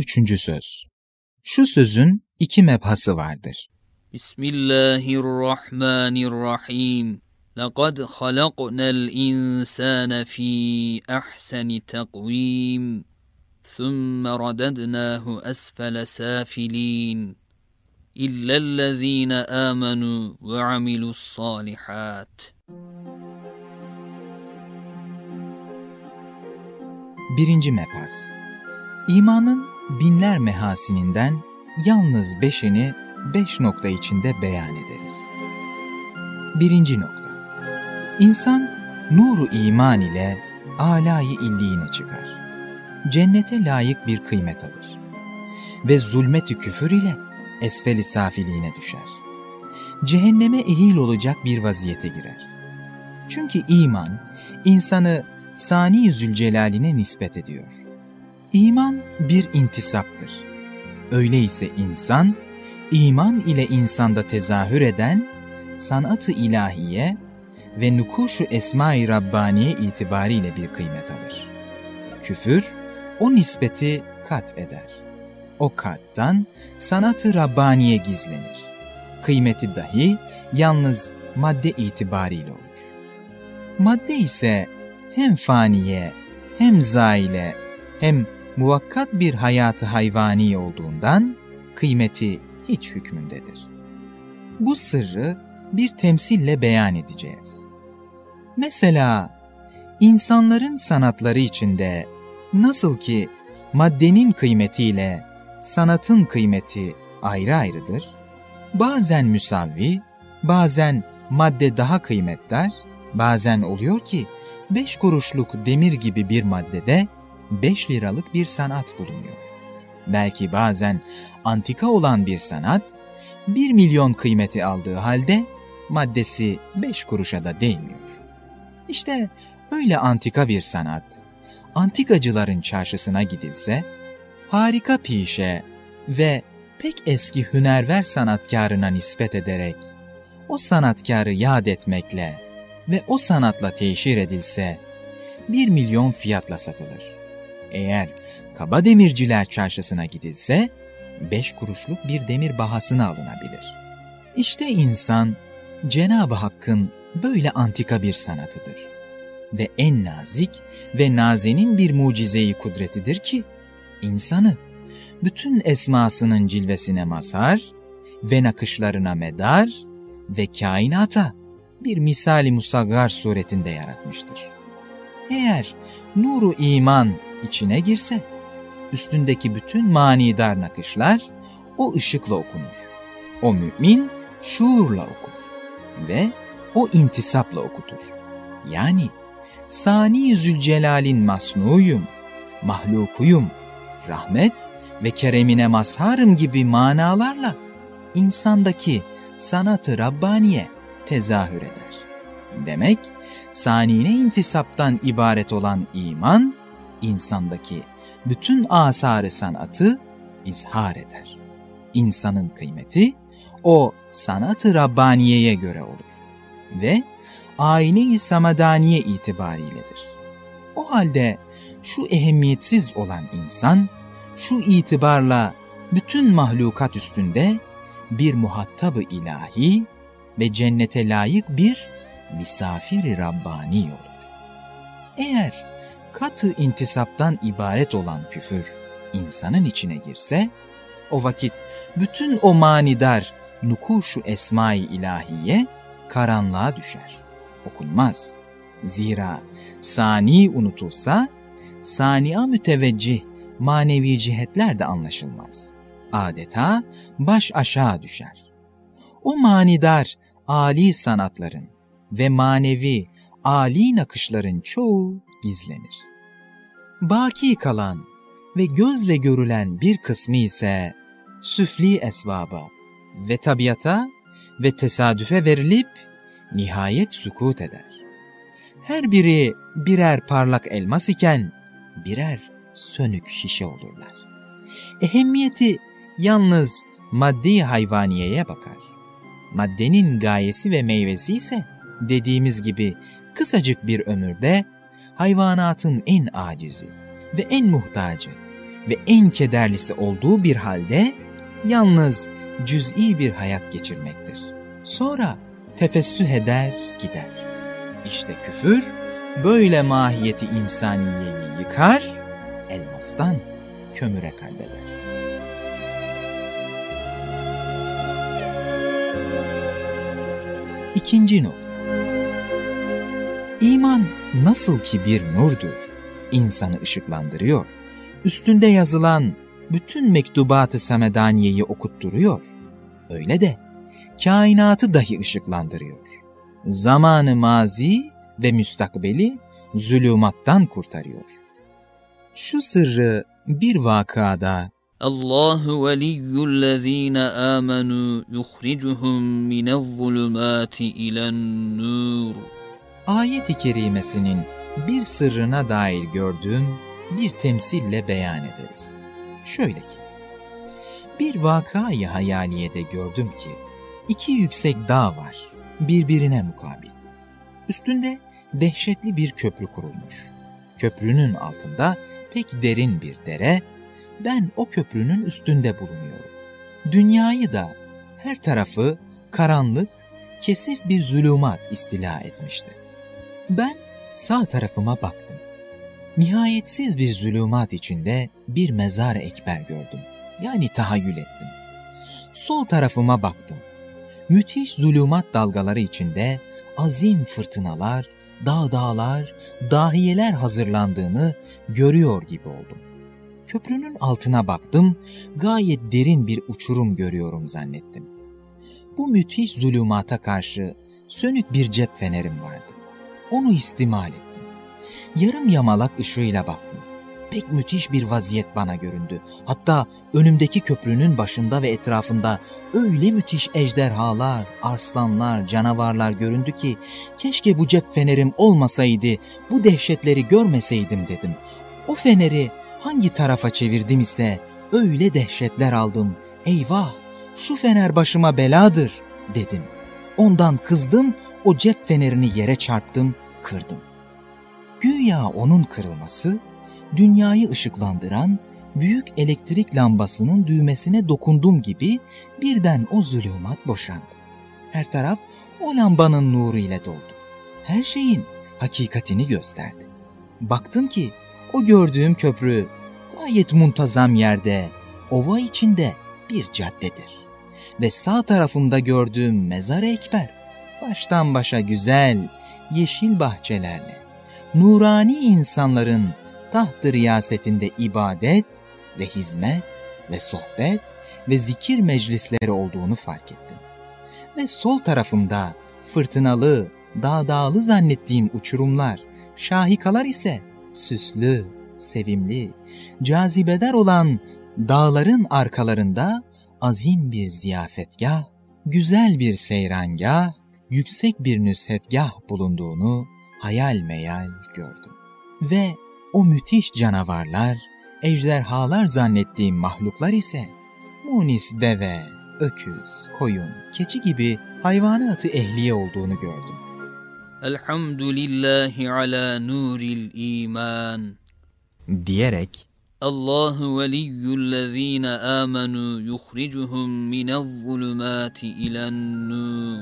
3. söz. Şu sözün 2 mebhası vardır. Bismillahirrahmanirrahim. لَقَدْ خَلَقْنَا الْإِنسَانَ فِي أَحْسَنِ تَقْوِيمٍ ثُمَّ رَدَدْنَاهُ أَسْفَلَ سَافِلِينَ إِلَّا الَّذِينَ آمَنُوا وَعَمِلُوا الصَّالِحَاتِ. Birinci mebhas. İmanın binler mehasininden yalnız 5'ini 5 nokta içinde beyan ederiz. 1. nokta. İnsan nuru iman ile âlâ-i illiğine çıkar. Cennete layık bir kıymet alır. Ve zulmet-i küfür ile esfel-i safiliğine düşer. Cehenneme ehil olacak bir vaziyete girer. Çünkü iman, insanı Sani-i Zülcelal'ine nispet ediyor. İman bir intisaptır. Öyleyse insan, iman ile insanda tezahür eden sanat-ı ilahiye ve nukuşu esma-i Rabbaniye itibariyle bir kıymet alır. Küfür, o nispeti kat eder. O kattan sanat-ı Rabbaniye gizlenir. Kıymeti dahi yalnız madde itibariyle olur. Madde ise hem faniye, hem zaile, hem muvakkat bir hayatı hayvani olduğundan kıymeti hiç hükmündedir. Bu sırrı bir temsille beyan edeceğiz. Mesela insanların sanatları içinde nasıl ki maddenin kıymetiyle sanatın kıymeti ayrı ayrıdır, bazen müsavvi, bazen madde daha kıymetdar, bazen oluyor ki 5 kuruşluk demir gibi bir maddede 5 liralık bir sanat bulunuyor. Belki bazen antika olan bir sanat 1 milyon kıymeti aldığı halde maddesi 5 kuruşa da değmiyor. İşte öyle antika bir sanat, antikacıların çarşısına gidilse, harika pişe ve pek eski hünerver sanatkarına nispet ederek, o sanatkarı yad etmekle ve o sanatla teşhir edilse, 1 milyon fiyatla satılır. Eğer kaba demirciler çarşısına gidilse, 5 kuruşluk bir demir bahasına alınabilir. İşte insan, Cenab-ı Hakk'ın böyle antika bir sanatıdır. Ve en nazik ve nazenin bir mucize-i kudretidir ki, insanı bütün esmasının cilvesine mazhar ve nakışlarına medar ve kainata bir misali musaggar suretinde yaratmıştır. Eğer nuru iman içine girse, üstündeki bütün manidar nakışlar o ışıkla okunur. O mümin şuurla okur ve o intisapla okutur. Yani Sani-i Zülcelal'in masnuyum, mahlukuyum, rahmet ve keremine mazharım gibi manalarla insandaki sanat-ı Rabbaniye tezahür eder. Demek, sanine intisaptan ibaret olan iman, insandaki bütün asar-ı sanatı izhar eder. İnsanın kıymeti o sanat-ı Rabbaniye'ye göre olur ve ayne-i samadaniye itibariyledir. O halde şu ehemmiyetsiz olan insan, şu itibarla bütün mahlukat üstünde bir muhattab-ı ilahi ve cennete layık bir misafir-i Rabbani olur. Eğer katı intisaptan ibaret olan küfür insanın içine girse, o vakit bütün o manidar nukuşu esma-i ilahiye karanlığa düşer, okunmaz. Zira sani unutulsa, sani'a müteveccih manevi cihetler de anlaşılmaz. Adeta baş aşağı düşer. O manidar âli sanatların ve manevi âli nakışların çoğu gizlenir. Baki kalan ve gözle görülen bir kısmı ise süfli esbaba ve tabiata ve tesadüfe verilip nihayet sükût eder. Her biri birer parlak elmas iken birer sönük şişe olurlar. Ehemmiyeti yalnız maddi hayvaniyeye bakar. Maddenin gayesi ve meyvesi ise dediğimiz gibi kısacık bir ömürde hayvanatın en acizi ve en muhtacı ve en kederlisi olduğu bir halde yalnız cüz'i bir hayat geçirmektir. Sonra tefessüh eder gider. İşte küfür böyle mahiyeti insaniyeyi yıkar, elmastan kömüre kaydeder. İkinci nokta. İman nasıl ki bir nurdur, insanı ışıklandırıyor, üstünde yazılan bütün mektubat-ı samedaniyeyi okutturuyor, öyle de kainatı dahi ışıklandırıyor. Zamanı mazi ve müstakbeli zulümattan kurtarıyor. Şu sırrı bir vakada Allahu veliyyullezine amenu yukhricuhum minezzulumati ilen-nur. ayet-i kerimesinin bir sırrına dair gördüğüm bir temsille beyan ederiz. Şöyle ki, bir vakayı hayaliyede gördüm ki, iki yüksek dağ var, birbirine mukabil. Üstünde dehşetli bir köprü kurulmuş. Köprünün altında pek derin bir dere, ben o köprünün üstünde bulunuyorum. Dünyayı da her tarafı karanlık, kesif bir zulümat istila etmişti. Ben sağ tarafıma baktım. Nihayetsiz bir zulümat içinde bir mezar-ı ekber gördüm. Yani tahayyül ettim. Sol tarafıma baktım. Müthiş zulümat dalgaları içinde azim fırtınalar, dağlar, dahiyeler hazırlandığını görüyor gibi oldum. Köprünün altına baktım, gayet derin bir uçurum görüyorum zannettim. Bu müthiş zulümata karşı sönük bir cep fenerim vardı. Onu istimal ettim. Yarım yamalak ışığıyla baktım. Pek müthiş bir vaziyet bana göründü. Hatta önümdeki köprünün başında ve etrafında öyle müthiş ejderhalar, arslanlar, canavarlar göründü ki keşke bu cep fenerim olmasaydı, bu dehşetleri görmeseydim dedim. O feneri hangi tarafa çevirdim ise öyle dehşetler aldım. Eyvah, şu fener başıma beladır dedim. Ondan kızdım, o cep fenerini yere çarptım, kırdım. Güya onun kırılması, dünyayı ışıklandıran büyük elektrik lambasının düğmesine dokundum gibi birden o zulümat boşandı. Her taraf o lambanın nuru ile doldu. Her şeyin hakikatini gösterdi. Baktım ki o gördüğüm köprü gayet muntazam yerde, ova içinde bir caddedir. Ve sağ tarafımda gördüğüm mezar-ı ekber, baştan başa güzel, yeşil bahçelerle, nurani insanların taht-ı riyasetinde ibadet ve hizmet ve sohbet ve zikir meclisleri olduğunu fark ettim. Ve sol tarafımda fırtınalı, dağdağlı zannettiğim uçurumlar, şahikalar ise süslü, sevimli, cazibedar olan dağların arkalarında azim bir ziyafetgah, güzel bir seyrangah, yüksek bir nüshetgah bulunduğunu hayal meyal gördüm. Ve o müthiş canavarlar, ejderhalar zannettiğim mahluklar ise munis deve, öküz, koyun, keçi gibi hayvanat-ı ehliye olduğunu gördüm. Elhamdülillahi ala nuril iman diyerek Allahu veliyyullezine amenu yukhricuhum minezzulumati ilen-nur.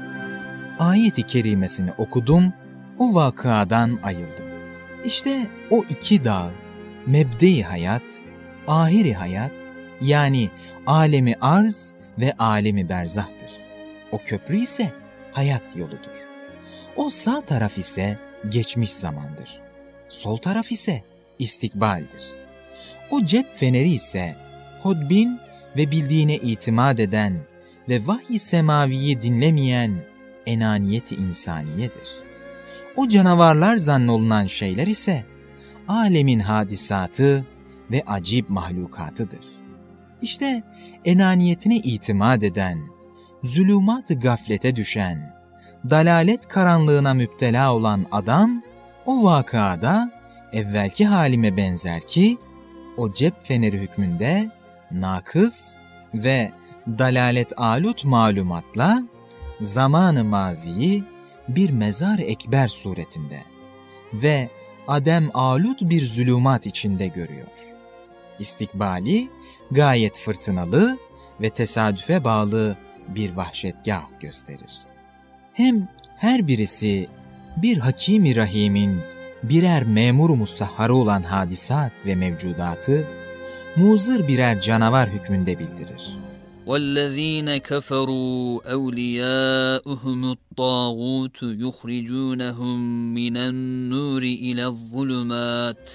ayet-i kerimesini okudum, o vakadan ayıldım. İşte o iki dağ, mebde-i hayat, ahir-i hayat, yani alemi arz ve alemi berzahtır. O köprü ise hayat yoludur. O sağ taraf ise geçmiş zamandır. Sol taraf ise istikbaldir. O cep feneri ise hodbin ve bildiğine itimat eden ve vahiy-i semaviyi dinlemeyen enaniyet-i insaniyedir. O canavarlar zannolunan şeyler ise alemin hadisatı ve acib mahlukatıdır. İşte enaniyetine itimat eden, zulümat-ı gaflete düşen, dalalet karanlığına müptela olan adam, o vakada evvelki halime benzer ki, o cep feneri hükmünde nakıs ve dalalet alut malumatla zamanı maziyi bir mezar-ı ekber suretinde ve adem alut bir zulümat içinde görüyor. İstikbali gayet fırtınalı ve tesadüfe bağlı bir vahşetgah gösterir. Hem her birisi bir Hakim-i Rahim'in birer memur-u mustahharı olan hadisat ve mevcudatı muzır birer canavar hükmünde bildirir. وَالَّذ۪ينَ كَفَرُوا أَوْلِيَاؤُهُمُ الطَّاغُوتُ يُخْرِجُونَهُمْ مِنَ النُّورِ إِلَى الظُّلُمَاتِ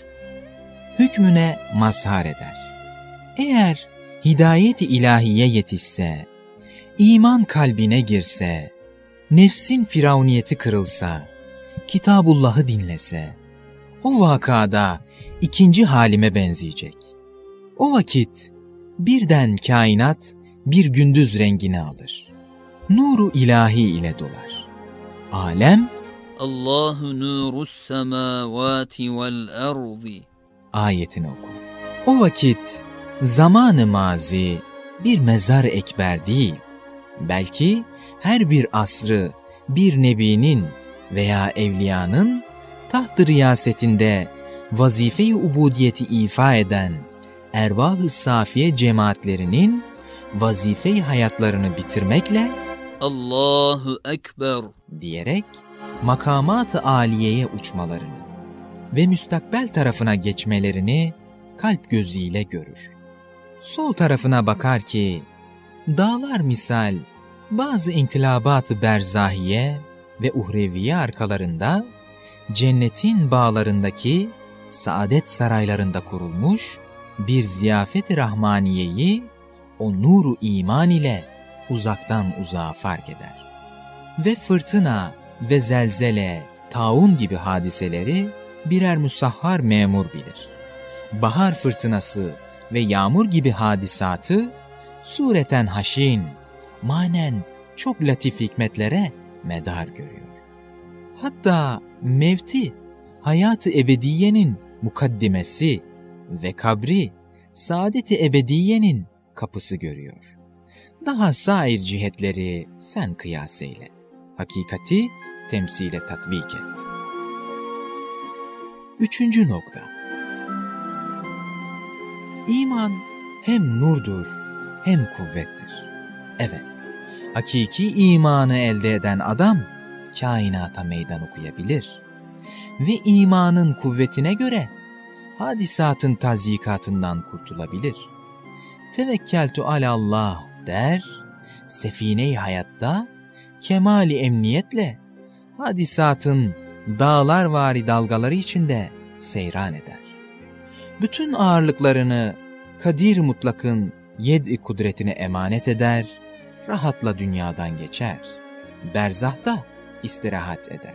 Hükmüne mazhar eder. Eğer hidayet-i ilahiye yetişse, iman kalbine girse, nefsin firavuniyeti kırılsa, Kitabullah'ı dinlese, o vakada ikinci halime benzeyecek. O vakit birden kainat bir gündüz rengini alır. Nuru ilahi ile dolar. Alem, Allahu nurus semavati vel ardi ayetini oku. O vakit zamanı mazi bir mezar ekber değil, belki her bir asrı bir nebinin veya evliyanın taht-ı riyasetinde vazife-i ubudiyeti ifa eden ervah-ı safiye cemaatlerinin vazife-i hayatlarını bitirmekle Allahu Ekber diyerek makamat-ı aliyeye uçmalarını ve müstakbel tarafına geçmelerini kalp gözüyle görür. Sol tarafına bakar ki dağlar misal bazı inkılabat-ı berzahiye ve uhreviye arkalarında cennetin bağlarındaki saadet saraylarında kurulmuş bir ziyafet-i rahmaniyeyi o nuru iman ile uzaktan uzağa fark eder. Ve fırtına ve zelzele, taun gibi hadiseleri birer musahhar memur bilir. Bahar fırtınası ve yağmur gibi hadisatı sureten haşin, manen çok latif hikmetlere medar görüyor. Hatta mevti, hayat-ı ebediyenin mukaddimesi ve kabri, saadet-i ebediyenin kapısı görüyor. Daha sair cihetleri sen kıyas eyle. Hakikati temsile tatbik et. 3. nokta. İman hem nurdur hem kuvvettir. Evet, hakiki imanı elde eden adam kainata meydan okuyabilir ve imanın kuvvetine göre hadisatın tazyikatından kurtulabilir. Tevekkeltu alallah der, sefine-i hayatta kemali emniyetle hadisatın dağlarvari dalgaları içinde seyran eder. Bütün ağırlıklarını Kadir Mutlak'ın yed-i kudretine emanet eder, rahatla dünyadan geçer, berzahta istirahat eder.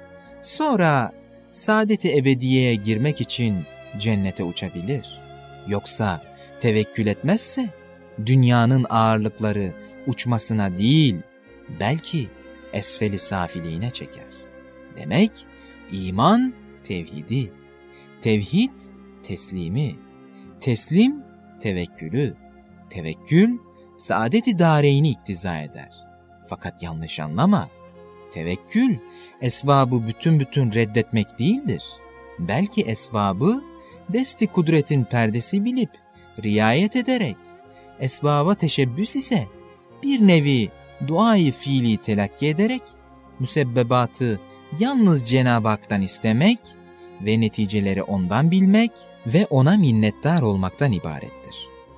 Sonra saadet-i ebediyeye girmek için cennete uçabilir. Yoksa tevekkül etmezse dünyanın ağırlıkları uçmasına değil, belki esfeli safiliğine çeker. Demek iman tevhidi, tevhid teslimi, teslim tevekkülü, tevekkül saadet-i dâreyni iktiza eder. Fakat yanlış anlama, tevekkül esbabı bütün reddetmek değildir. Belki esbabı desti kudretin perdesi bilip riayet ederek, esbaba teşebbüs ise bir nevi duayı fiili telakki ederek müsebbebatı yalnız Cenab-ı Hak'tan istemek ve neticeleri ondan bilmek ve ona minnettar olmaktan ibarettir.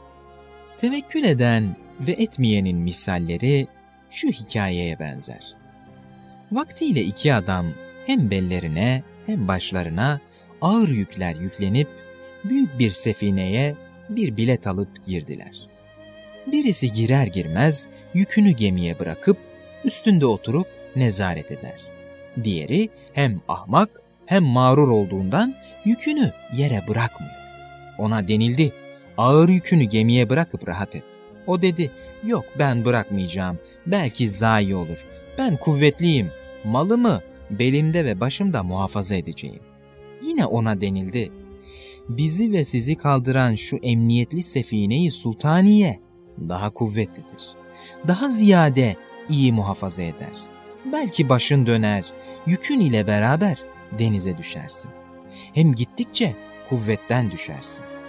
Tevekkül eden ve etmeyenin misalleri şu hikayeye benzer. Vaktiyle iki adam hem bellerine hem başlarına ağır yükler yüklenip büyük bir sefineye bir bilet alıp girdiler. Birisi girer girmez yükünü gemiye bırakıp üstünde oturup nezaret eder. Diğeri hem ahmak hem mağrur olduğundan yükünü yere bırakmıyor. Ona denildi, ağır yükünü gemiye bırakıp rahat et. O dedi, yok ben bırakmayacağım, belki zayi olur. Ben kuvvetliyim, malımı belimde ve başımda muhafaza edeceğim. Yine ona denildi, bizi ve sizi kaldıran şu emniyetli sefine-i sultaniye daha kuvvetlidir. Daha ziyade iyi muhafaza eder. Belki başın döner, yükün ile beraber denize düşersin. Hem gittikçe kuvvetten düşersin.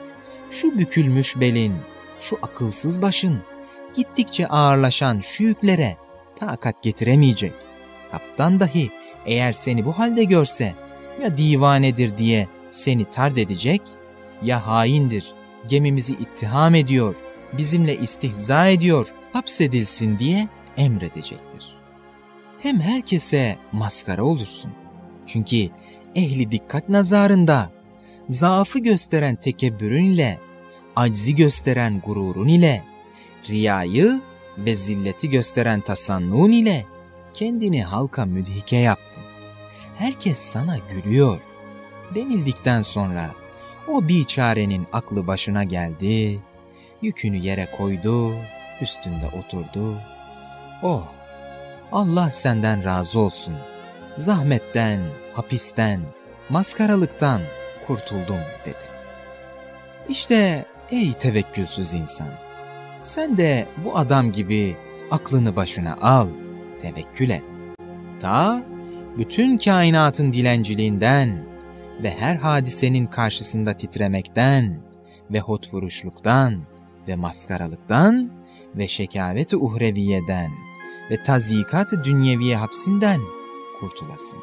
şu bükülmüş belin, şu akılsız başın, gittikçe ağırlaşan şu yüklere takat getiremeyecek. Kaptan dahi eğer seni bu halde görse, ya divanedir diye seni tard edecek, ya haindir, gemimizi ittiham ediyor, bizimle istihza ediyor, hapsedilsin diye emredecektir. Hem herkese maskara olursun. Çünkü ehli dikkat nazarında, zaafı gösteren tekebbürün ile, aczi gösteren gururun ile, riyayı ve zilleti gösteren tasannun ile kendini halka müdhike yaptın. Herkes sana gülüyor denildikten sonra o biçarenin aklı başına geldi, yükünü yere koydu, üstünde oturdu. Oh, Allah senden razı olsun. Zahmetten, hapisten, maskaralıktan kurtuldum dedi. İşte ey tevekkülsüz insan, sen de bu adam gibi aklını başına al, tevekkül et. Ta bütün kainatın dilenciliğinden ve her hadisenin karşısında titremekten ve hotvuruşluktan ve maskaralıktan ve şekavet-i uhreviyeden ve tazikat-ı dünyeviye hapsinden kurtulasın.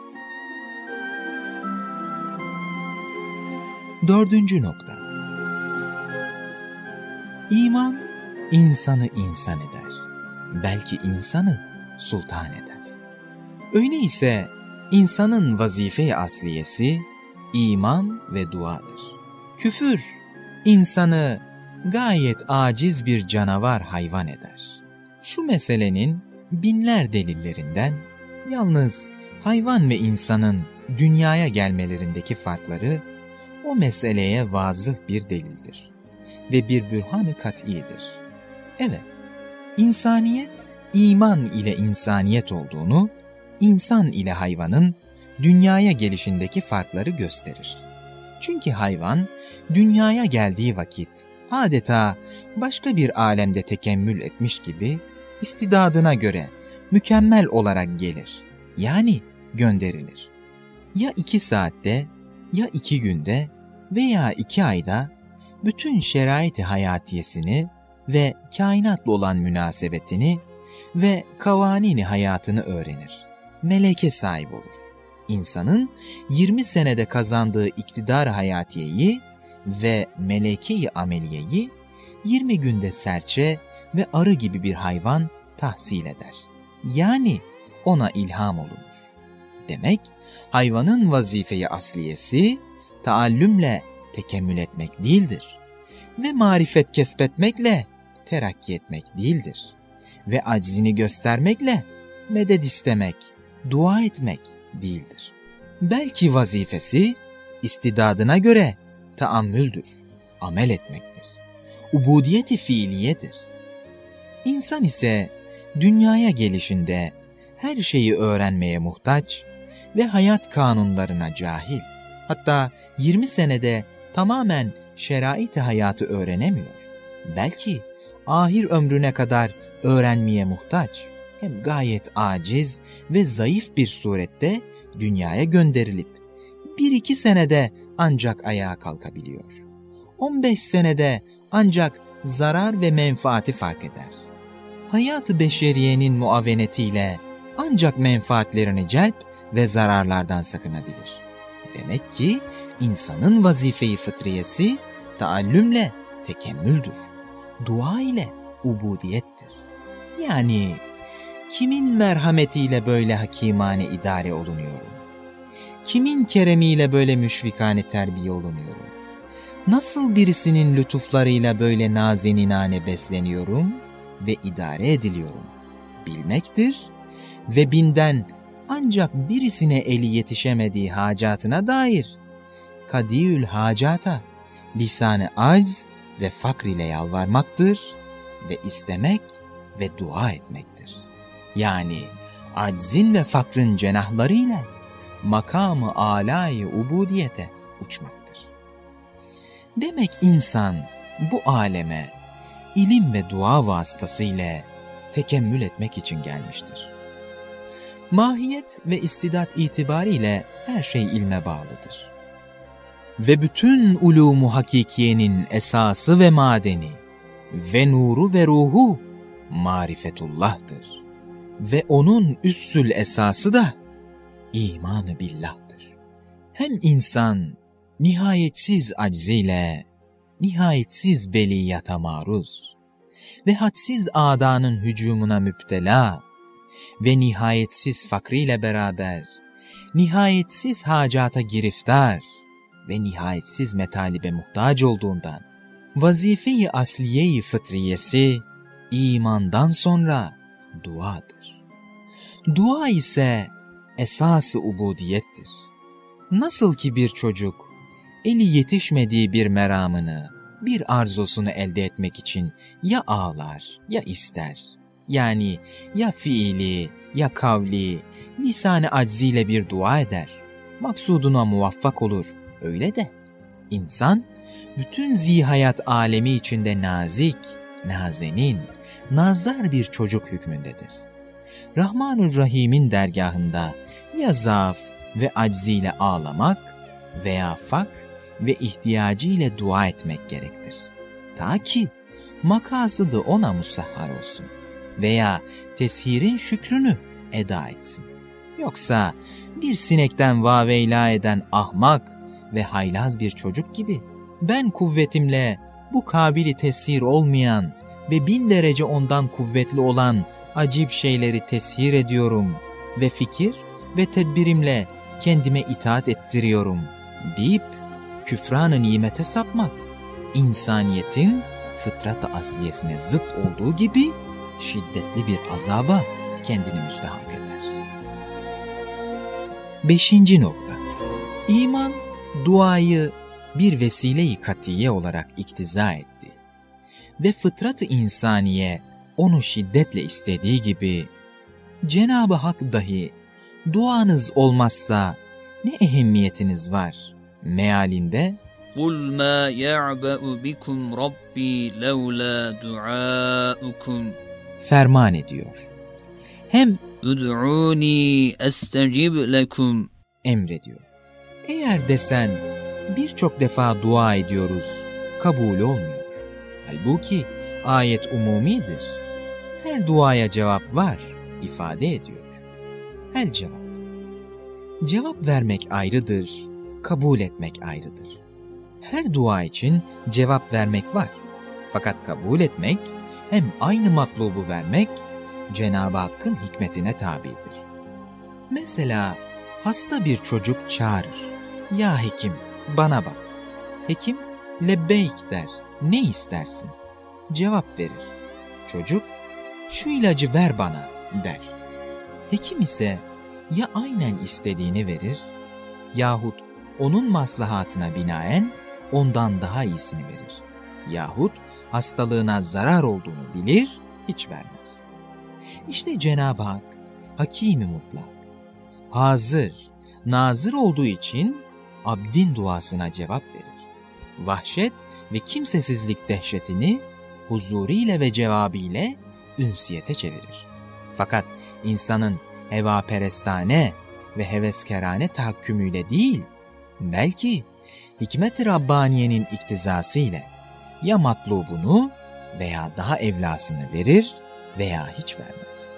4. nokta. İman, insanı insan eder. Belki insanı sultan eder. Öyleyse insanın vazife-i asliyesi iman ve duadır. Küfür, insanı gayet aciz bir canavar hayvan eder. Şu meselenin binler delillerinden yalnız hayvan ve insanın dünyaya gelmelerindeki farkları o meseleye vazıh bir delildir ve bir bürhan-ı kat'idir. Evet, insaniyet, iman ile insaniyet olduğunu, insan ile hayvanın dünyaya gelişindeki farkları gösterir. Çünkü hayvan, dünyaya geldiği vakit adeta başka bir alemde tekemmül etmiş gibi istidadına göre mükemmel olarak gelir, yani gönderilir. Ya 2 saatte, ya 2 günde veya 2 ayda bütün şerait-i hayatiyesini ve kainatla olan münasebetini ve kavanini hayatını öğrenir. Meleke sahip olur. İnsanın 20 senede kazandığı iktidar hayatiyeyi ve meleke-i ameliyeyi 20 günde serçe ve arı gibi bir hayvan tahsil eder. Yani ona ilham olunur. Demek hayvanın vazife-i asliyesi taallümle tekemmül etmek değildir ve marifet kesbetmekle terakki etmek değildir ve aczini göstermekle medet istemek, dua etmek değildir. Belki vazifesi istidadına göre taammüldür, amel etmektir. Ubudiyet-i fiiliyedir. İnsan ise dünyaya gelişinde her şeyi öğrenmeye muhtaç ve hayat kanunlarına cahil. Hatta 20 senede tamamen şerait-i hayatı öğrenemiyor. Belki ahir ömrüne kadar öğrenmeye muhtaç. Hem gayet aciz ve zayıf bir surette dünyaya gönderilip 1-2 senede ancak ayağa kalkabiliyor. 15 senede ancak zarar ve menfaati fark eder. Hayat-ı beşeriyenin muavenetiyle ancak menfaatlerini celp ve zararlardan sakınabilir. Demek ki insanın vazife-i fıtriyesi taallümle tekemmüldür. Dua ile ubudiyettir. Yani kimin merhametiyle böyle hakimane idare olunuyorum? Kimin keremiyle böyle müşfikane terbiye olunuyorum? Nasıl birisinin lütuflarıyla böyle nazeninane besleniyorum ve idare ediliyorum? Bilmektir ve binden ancak birisine eli yetişemediği hacatına dair kadiyül hacata, lisan-ı acz ve fakr ile yalvarmaktır ve istemek ve dua etmektir. Yani aczin ve fakrın cenahlarıyla makamı âlâ-i ubudiyete uçmaktır. Demek insan bu aleme ilim ve dua vasıtasıyla tekemmül etmek için gelmiştir. Mahiyet ve istidat itibariyle her şey ilme bağlıdır. ve bütün ulûmu hakikiyenin esası ve madeni ve nuru ve ruhu marifetullah'tır. Ve onun üssül esası da iman-ı billah'tır. Hem insan nihayetsiz acziyle, nihayetsiz beliyata maruz ve hadsiz âdânın hücumuna müptela ve nihayetsiz fakriyle beraber, nihayetsiz hacata giriftar ve nihayetsiz metalibe muhtaç olduğundan, vazife-i asliye-i fıtriyesi imandan sonra duadır. Dua ise esas-ı ubudiyettir. Nasıl ki bir çocuk, eli yetişmediği bir meramını, bir arzusunu elde etmek için ya ağlar ya ister. Yani ya fiili ya kavli, lisan-ı acziyle bir dua eder. Maksuduna muvaffak olur. Öyle de insan bütün zihayat alemi içinde nazik, nazenin, nazdar bir çocuk hükmündedir. Rahman-ı Rahim'in dergahında ya zaaf ve acziyle ağlamak veya fakr ve ihtiyacıyla dua etmek gerektir. Ta ki makasıdı ona musahhar olsun veya teshirin şükrünü eda etsin. Yoksa bir sinekten vaveyla eden ahmak ve haylaz bir çocuk gibi ben kuvvetimle bu kabili teshir olmayan ve 1000 derece ondan kuvvetli olan acip şeyleri teshir ediyorum ve fikir ve tedbirimle kendime itaat ettiriyorum deyip küfran-ı nimete sapmak, insaniyetin fıtrat-ı asliyesine zıt olduğu gibi şiddetli bir azaba kendini müstahak eder. 5. nokta. İman, duayı bir vesile-i katiye olarak iktiza etti ve fıtrat-ı insaniye onu şiddetle istediği gibi, Cenab-ı Hak dahi duanız olmazsa ne ehemmiyetiniz var mealinde قُلْ مَا يَعْبَأُ بِكُمْ رَبِّي لَوْلَا دُعَاؤُكُمْ ferman ediyor. Hem اُدْعُونِي أَسْتَجِبْ لَكُمْ emrediyor. Eğer desen birçok defa dua ediyoruz, kabul olmuyor. Halbuki ayet umumidir. Her duaya cevap var, ifade ediyor. El cevap. Cevap vermek ayrıdır, kabul etmek ayrıdır. Her dua için cevap vermek var. Fakat kabul etmek, hem aynı matlubu vermek, Cenab-ı Hakk'ın hikmetine tabidir. Mesela hasta bir çocuk çağırır. Ya hekim, bana bak. Hekim, lebbeyk der. Ne istersin? Cevap verir. Çocuk, şu ilacı ver bana der. Hekim ise ya aynen istediğini verir, yahut onun maslahatına binaen ondan daha iyisini verir. Yahut hastalığına zarar olduğunu bilir, hiç vermez. İşte Cenab-ı Hak, Hakim-i mutlak, hazır, nazır olduğu için abdin duasına cevap verir. Vahşet ve kimsesizlik dehşetini huzuriyle ve cevabıyla ünsiyete çevirir. Fakat insanın hevaperestane ve heveskerane tahakkümüyle değil, belki hikmet-i Rabbaniye'nin iktizasıyla ya matlubunu veya daha evlasını verir veya hiç vermez.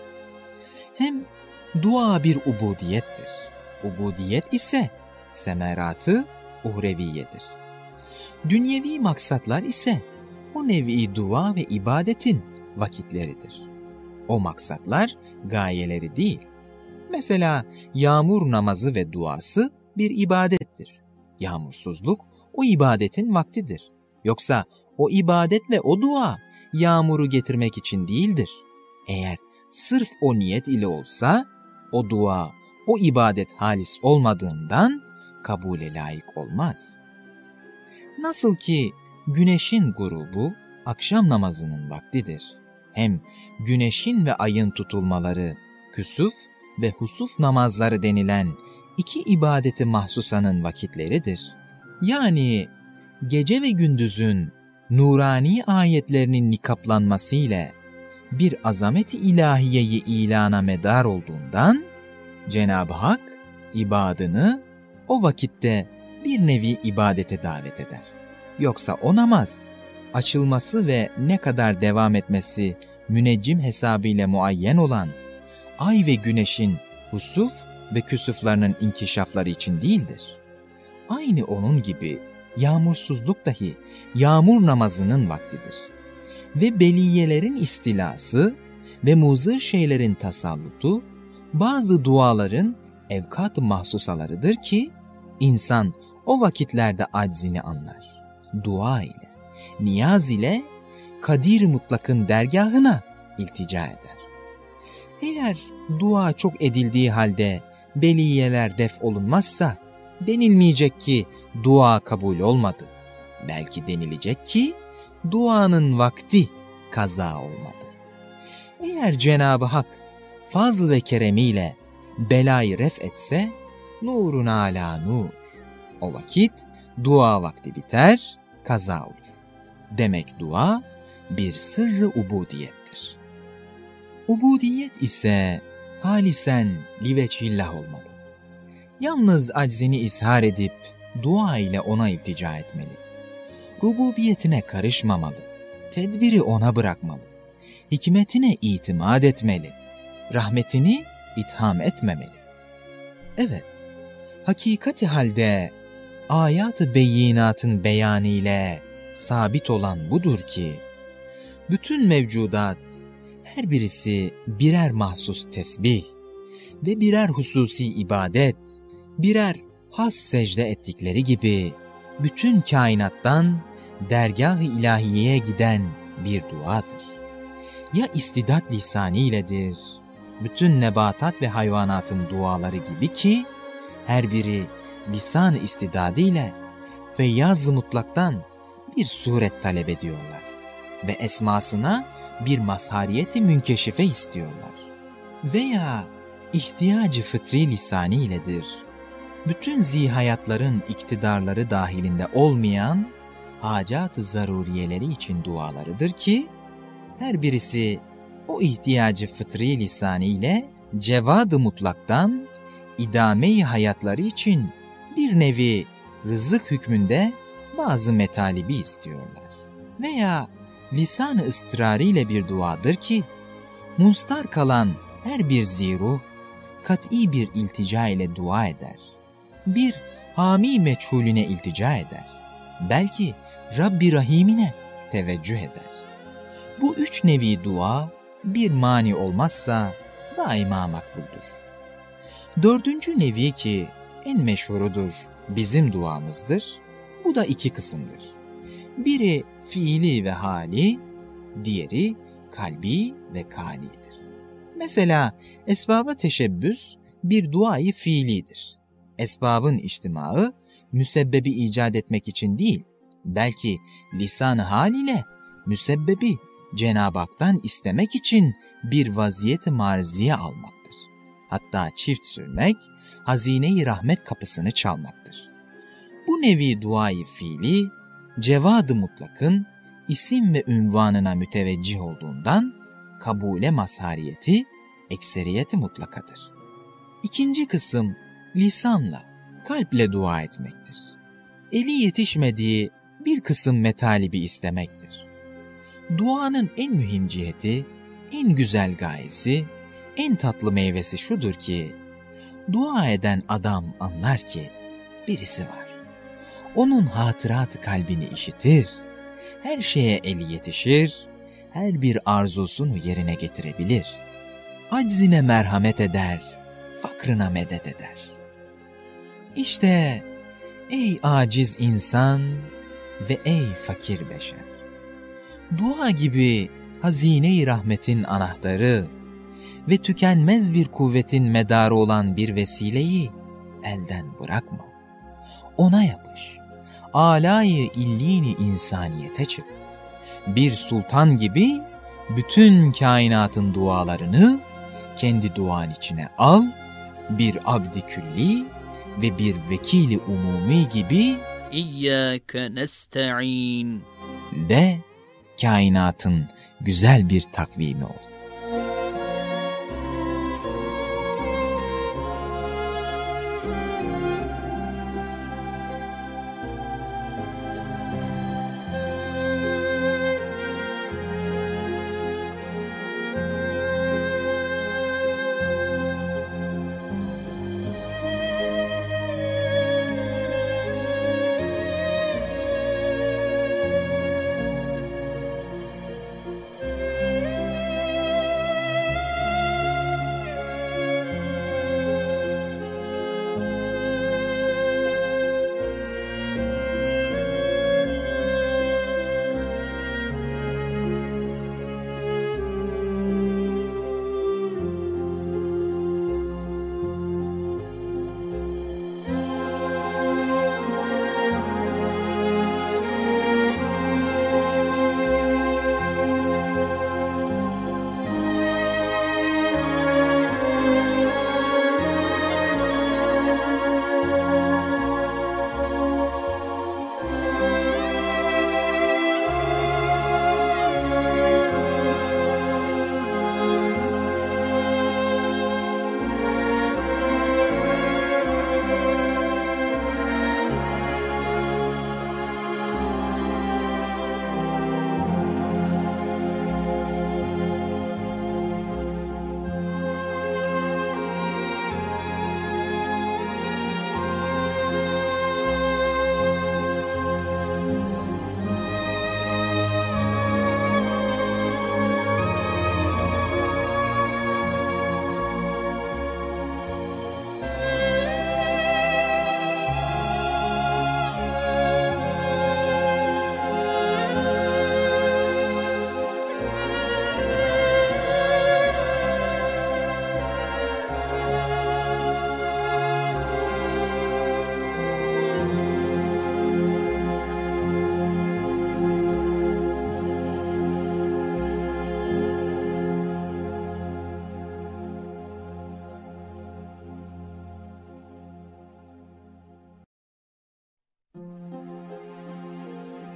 Hem dua bir ubudiyettir. Ubudiyet ise semeratı uhreviyedir. Dünyevi maksatlar ise o nevi dua ve ibadetin vakitleridir. O maksatlar gayeleri değil. Mesela yağmur namazı ve duası bir ibadettir. Yağmursuzluk o ibadetin vaktidir. Yoksa o ibadet ve o dua yağmuru getirmek için değildir. Eğer sırf o niyet ile olsa, o dua, o ibadet halis olmadığından kabule layık olmaz. Nasıl ki güneşin grubu akşam namazının vaktidir. Hem güneşin ve ayın tutulmaları, küsuf ve husuf namazları denilen iki ibadeti mahsusanın vakitleridir. Yani gece ve gündüzün nurani ayetlerinin nikaplanmasıyla bir azamet-i ilahiyeyi ilana medar olduğundan Cenab-ı Hak ibadını o vakitte bir nevi ibadete davet eder. Yoksa o namaz, açılması ve ne kadar devam etmesi müneccim hesabıyla muayyen olan ay ve güneşin husuf ve küsuflarının inkişafları için değildir. Aynı onun gibi yağmursuzluk dahi yağmur namazının vaktidir. Ve beliyelerin istilası ve muzır şeylerin tasallutu bazı duaların evkat-ı mahsusalarıdır ki insan o vakitlerde aczini anlar. Dua ile, niyaz ile Kadir Mutlak'ın dergahına iltica eder. Eğer dua çok edildiği halde beliyeler def olunmazsa denilmeyecek ki dua kabul olmadı. Belki denilecek ki duanın vakti kaza olmadı. Eğer Cenab-ı Hak fazl ve keremiyle belayı ref etse nurun ala nur. O vakit dua vakti biter, kaza olur. Demek dua bir sırrı ubudiyettir. Ubudiyet ise halisen liveçhillah olmalı. Yalnız aczini izhar edip dua ile ona iltica etmeli. Rububiyetine karışmamalı. Tedbiri ona bırakmalı. Hikmetine itimat etmeli. Rahmetini itham etmemeli. Evet, hakikati halde ayat-ı beyinatın beyanı ile sabit olan budur ki, bütün mevcudat, her birisi birer mahsus tesbih ve birer hususi ibadet, birer has secde ettikleri gibi, bütün kainattan dergâh-ı ilahiyeye giden bir duadır. Ya istidat lisaniyledir, bütün nebatat ve hayvanatın duaları gibi ki, her biri lisan-ı istidadiyle feyyaz-ı mutlaktan bir suret talep ediyorlar ve esmasına bir mazhariyeti münkeşife istiyorlar. Veya ihtiyacı fıtri lisaniyledir, bütün zihayatların iktidarları dahilinde olmayan hacat-ı zaruriyeleri için dualarıdır ki, her birisi o ihtiyacı fıtri lisanıyla cevad-ı mutlaktan idame-i hayatları için bir nevi rızık hükmünde bazı metalibi istiyorlar. Veya lisan-ı ıstırarıyla bir duadır ki, munstar kalan her bir ziruh, kat'i bir iltica ile dua eder. Bir hami meçhulüne iltica eder. Belki Rabbi Rahim'ine teveccüh eder. Bu üç nevi dua bir mani olmazsa daima makbuldür. Dördüncü nevi ki en meşhurudur bizim duamızdır. Bu da iki kısımdır. Biri fiili ve hali, diğeri kalbi ve kanidir. Mesela esbaba teşebbüs bir duayı fiilidir. Esbabın içtimaı müsebbebi icat etmek için değil, belki lisan-ı hal ile müsebbebi Cenab-ı Hak'tan istemek için bir vaziyet-i marziye almaktır. Hatta çift sürmek, hazine-i rahmet kapısını çalmaktır. Bu nevi duayı fiili, cevad-ı mutlakın isim ve ünvanına müteveccih olduğundan kabule mazhariyeti, ekseriyeti mutlakadır. İkinci kısım lisanla, kalple dua etmektir. Eli yetişmediği bir kısım metalibi istemektir. Duanın en mühim ciheti, en güzel gayesi, en tatlı meyvesi şudur ki, dua eden adam anlar ki birisi var. Onun hatırat-ı kalbini işitir, her şeye eli yetişir, her bir arzusunu yerine getirebilir. Aczine merhamet eder, fakrına medet eder. İşte ey aciz insan ve ey fakir beşer, dua gibi hazine-i rahmetin anahtarı ve tükenmez bir kuvvetin medarı olan bir vesileyi elden bırakma. Ona yapış. Âlâ-i illîn-i insaniyete çık. Bir sultan gibi bütün kainatın dualarını kendi duan içine al, bir abd-i külli ve bir vekil-i umumi gibi İyyâke nesta'in de kainatın güzel bir takvimi ol.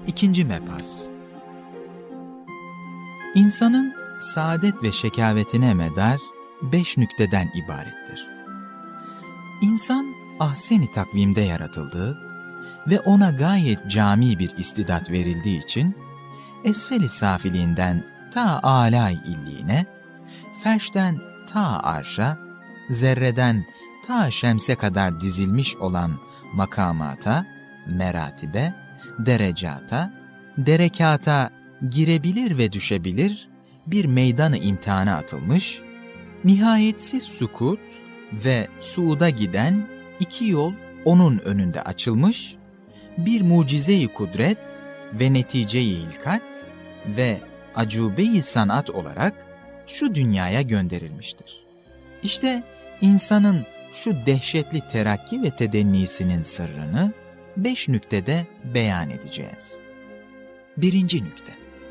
İkinci mebhas. İnsanın saadet ve şekavetine medar 5 nükteden ibarettir. İnsan ahsen-i takvimde yaratıldığı ve ona gayet cami bir istidat verildiği için esfel-i safiliğinden ta âlâ-i illiğine, ferşten ta arşa, zerreden ta şemse kadar dizilmiş olan makamata, meratibe, derecata, derekata girebilir ve düşebilir bir meydan-ı imtihana atılmış, nihayetsiz sukut ve suuda giden 2 yol onun önünde açılmış, bir mucize-i kudret ve netice-i hilkat ve acube-i sanat olarak şu dünyaya gönderilmiştir. İşte insanın şu dehşetli terakki ve tedennisinin sırrını 5 nüktede beyan edeceğiz. 1. nükte.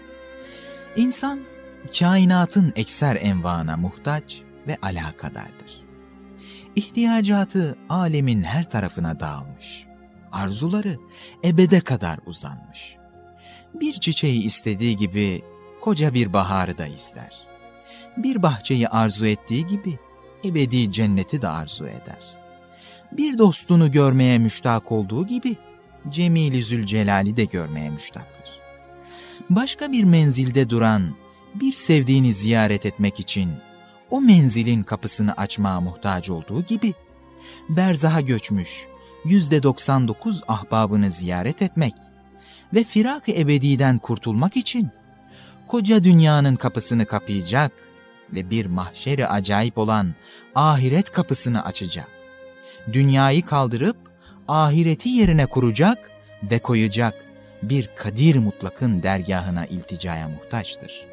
İnsan, kainatın ekser envana muhtaç ve alakadardır. İhtiyacatı alemin her tarafına dağılmış, arzuları ebede kadar uzanmış. Bir çiçeği istediği gibi koca bir baharı da ister. Bir bahçeyi arzu ettiği gibi ebedi cenneti de arzu eder. Bir dostunu görmeye müştak olduğu gibi Cemil-i Zülcelal'i de görmeye müştaktır. Başka bir menzilde duran bir sevdiğini ziyaret etmek için o menzilin kapısını açmaya muhtaç olduğu gibi berzaha göçmüş %99 ahbabını ziyaret etmek ve firak-ı ebediden kurtulmak için koca dünyanın kapısını kapayacak ve bir mahşeri acayip olan ahiret kapısını açacak. Dünyayı kaldırıp ahireti yerine kuracak ve koyacak bir kadir mutlakın dergahına ilticaya muhtaçtır.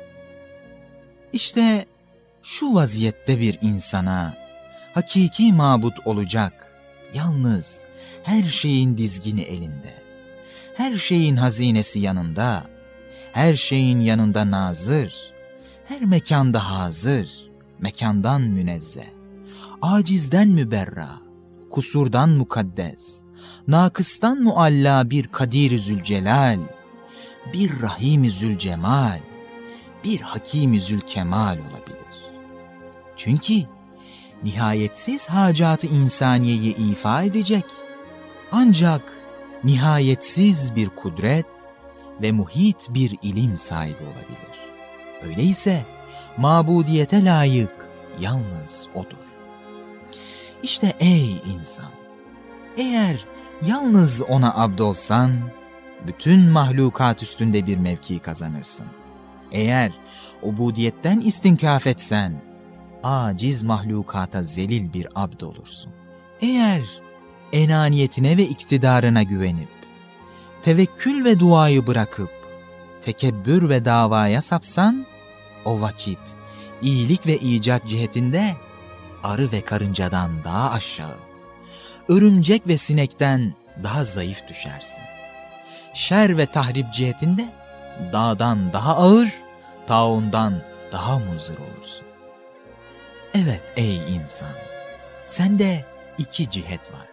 İşte şu vaziyette bir insana hakiki mabut olacak, yalnız her şeyin dizgini elinde, her şeyin hazinesi yanında, her şeyin yanında nazır, her mekanda hazır, mekandan münezzeh, acizden müberra, kusurdan mukaddes, nakıstan mualla bir Kadir-i Zülcelal, bir Rahim-i Zülcemal, bir Hakim-i Zülkemal olabilir. Çünkü nihayetsiz hacat-ı insaniyeyi ifa edecek, ancak nihayetsiz bir kudret ve muhit bir ilim sahibi olabilir. Öyleyse mabudiyete layık yalnız O'dur. İşte ey insan, eğer yalnız O'na abdolsan, bütün mahlukat üstünde bir mevki kazanırsın. Eğer ubudiyetten istinkaf etsen, aciz mahlukata zelil bir abd olursun. Eğer enaniyetine ve iktidarına güvenip, tevekkül ve duayı bırakıp, tekebbür ve davaya sapsan, o vakit iyilik ve icat cihetinde arı ve karıncadan daha aşağı, örümcek ve sinekten daha zayıf düşersin. Şer ve tahrip cihetinde dağdan daha ağır, taundan daha muzır olursun. Evet ey insan, sende 2 cihet var.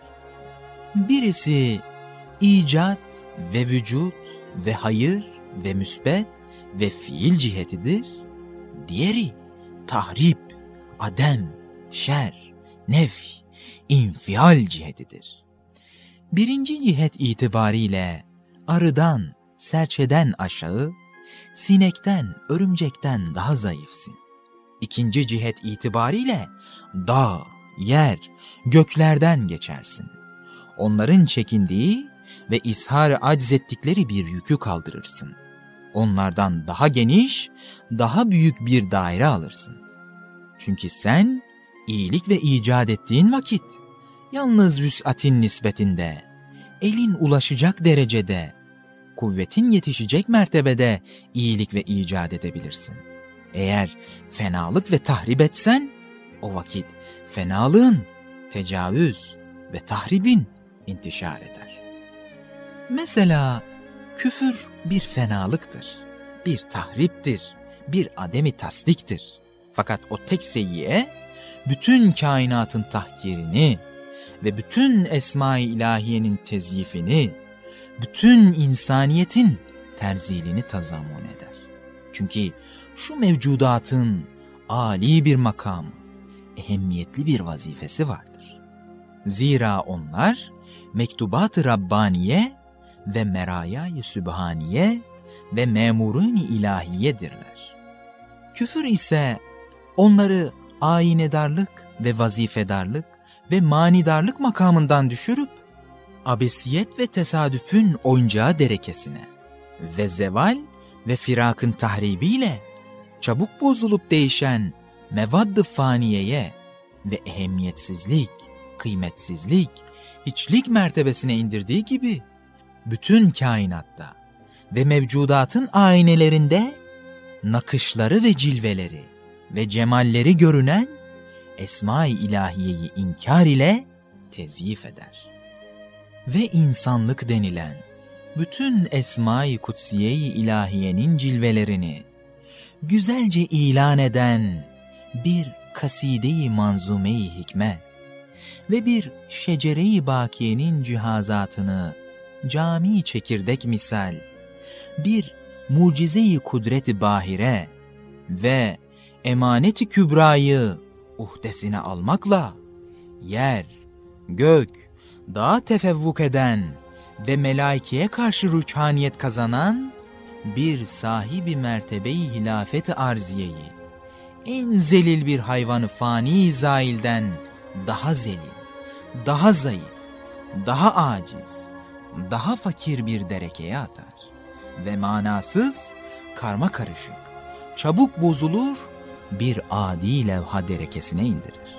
Birisi icat ve vücut ve hayır ve müsbet ve fiil cihetidir. Diğeri tahrip, adem, şer, nef, infial cihetidir. 1. cihet itibariyle arıdan, serçeden aşağı, sinekten, örümcekten daha zayıfsın. 2. cihet itibariyle dağ, yer, göklerden geçersin. Onların çekindiği ve ishar-ı acz ettikleri bir yükü kaldırırsın. Onlardan daha geniş, daha büyük bir daire alırsın. Çünkü sen iyilik ve icat ettiğin vakit, yalnız vüs'atin nispetinde, elin ulaşacak derecede, kuvvetin yetişecek mertebede iyilik ve icat edebilirsin. Eğer fenalık ve tahrip etsen, o vakit fenalığın, tecavüz ve tahribin intişar eder. Mesela küfür bir fenalıktır, bir tahriptir, bir ademi tasdiktir. Fakat o tek seyyiye, bütün kainatın tahkirini ve bütün esma-i ilahiyenin tezyifini, bütün insaniyetin terzilini tazammun eder. Çünkü şu mevcudatın âli bir makamı, ehemmiyetli bir vazifesi vardır. Zira onlar mektubat-ı Rabbaniye ve merayâ-i Sübhaniye ve memurun-i ilahiyedirler. Küfür ise onları ayinedarlık ve vazifedarlık ve manidarlık makamından düşürüp abesiyet ve tesadüfün oyuncağı derekesine ve zeval ve firakın tahribiyle çabuk bozulup değişen mevadd-ı faniyeye ve ehemmiyetsizlik, kıymetsizlik, hiçlik mertebesine indirdiği gibi bütün kainatta ve mevcudatın aynelerinde nakışları ve cilveleri ve cemalleri görünen esma-i ilahiyeyi inkar ile tezyif eder. Ve insanlık denilen bütün esma-i kutsiye-i ilahiyenin cilvelerini güzelce ilan eden bir kaside-i manzume-i hikmet ve bir şecere-i bakiyenin cihazatını cami çekirdek misal bir mucize-i kudret-i bahire ve emanet-i kübrayı uhdesine almakla yer, gök, dağ tefevvuk eden ve melaikeye karşı rüçhaniyet kazanan bir sahibi mertebe-i hilafet-i arziyeyi en zelil bir hayvanı fani zailden daha zelil, daha zayıf, daha aciz, daha fakir bir derekeye atar ve manasız, karma karışık, çabuk bozulur bir adi levha derekesine indirir.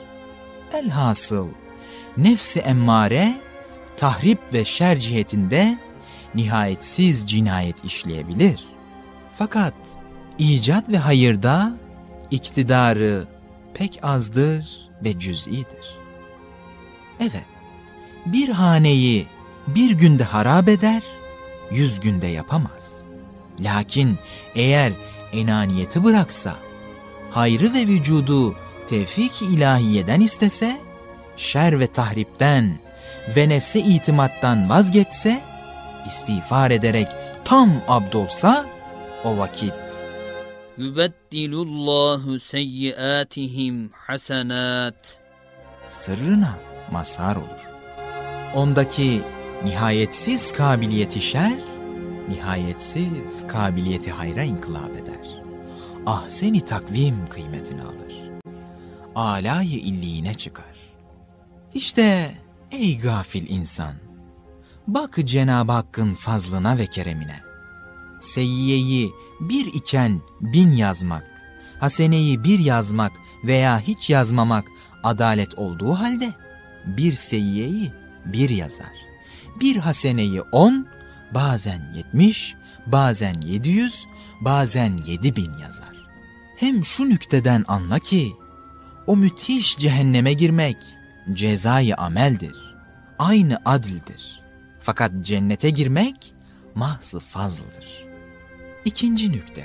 Elhasıl nefs-i emmare tahrip ve şer cihetinde nihayetsiz cinayet işleyebilir. Fakat icat ve hayırda iktidarı pek azdır ve cüz'idir. Evet, bir haneyi bir günde harap eder, 100 günde yapamaz. Lakin eğer enaniyeti bıraksa, hayrı ve vücudu tevfik-i ilahiyeden istese, şer ve tahripten ve nefse itimattan vazgeçse, istiğfar ederek tam abdolsa, o vakit Yubeddilullahu seyyiatihim hasenat, sırrına mazhar olur. Ondaki nihayetsiz kabiliyeti şer, nihayetsiz kabiliyeti hayra inkılap eder. Ahsen-i takvim kıymetini alır. Âlâ-i illiğine çıkar. İşte ey gafil insan, bak Cenab-ı Hakk'ın fazlına ve keremine. Seyyiyeyi bir iken 1000 yazmak, haseneyi 1 yazmak veya hiç yazmamak adalet olduğu halde, bir seyyiyeyi 1 yazar. Bir haseneyi 10, bazen 70, bazen 700, bazen 7000 yazar. Hem şu nükteden anla ki, o müthiş cehenneme girmek cezai ameldir, aynı adildir. Fakat cennete girmek mahz-ı fazldır. İkinci nükte,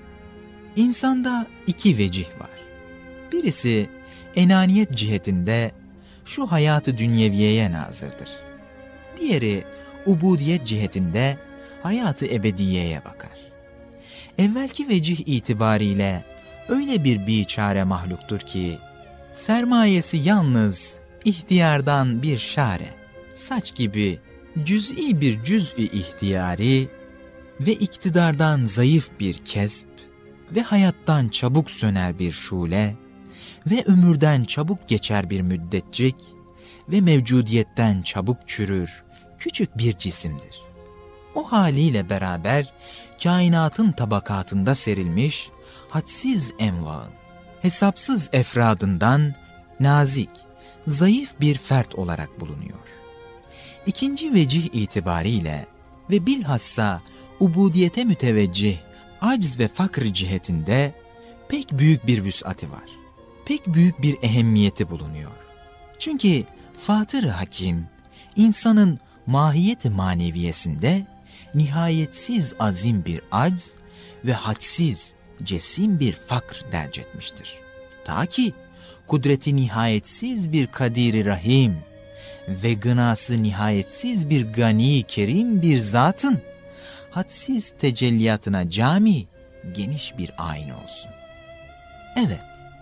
insanda 2 vecih var. Birisi enaniyet cihetinde şu hayatı dünyeviyeye nazırdır. Diğeri ubudiyet cihetinde hayatı ebediyeye bakar. Evvelki vecih itibariyle öyle bir biçare mahluktur ki, sermayesi yalnız ihtiyardan bir şare, saç gibi cüz'i bir cüz'i ihtiyari ve iktidardan zayıf bir kesb ve hayattan çabuk söner bir şule ve ömürden çabuk geçer bir müddetcik ve mevcudiyetten çabuk çürür küçük bir cisimdir. O haliyle beraber kainatın tabakatında serilmiş hadsiz envaın, hesapsız efradından nazik, zayıf bir fert olarak bulunuyor. İkinci vecih itibariyle ve bilhassa ubudiyete müteveccih, aciz ve fakr cihetinde pek büyük bir vüs'ati var. Pek büyük bir ehemmiyeti bulunuyor. Çünkü Fatır-ı Hakim, insanın mahiyeti maneviyesinde nihayetsiz azim bir acz ve hadsiz, cesim bir fakr derc etmiştir. Ta ki kudreti nihayetsiz bir kadir-i rahim ve gınası nihayetsiz bir gani kerim bir zatın hadsiz tecelliyatına cami, geniş bir ayna olsun. Evet,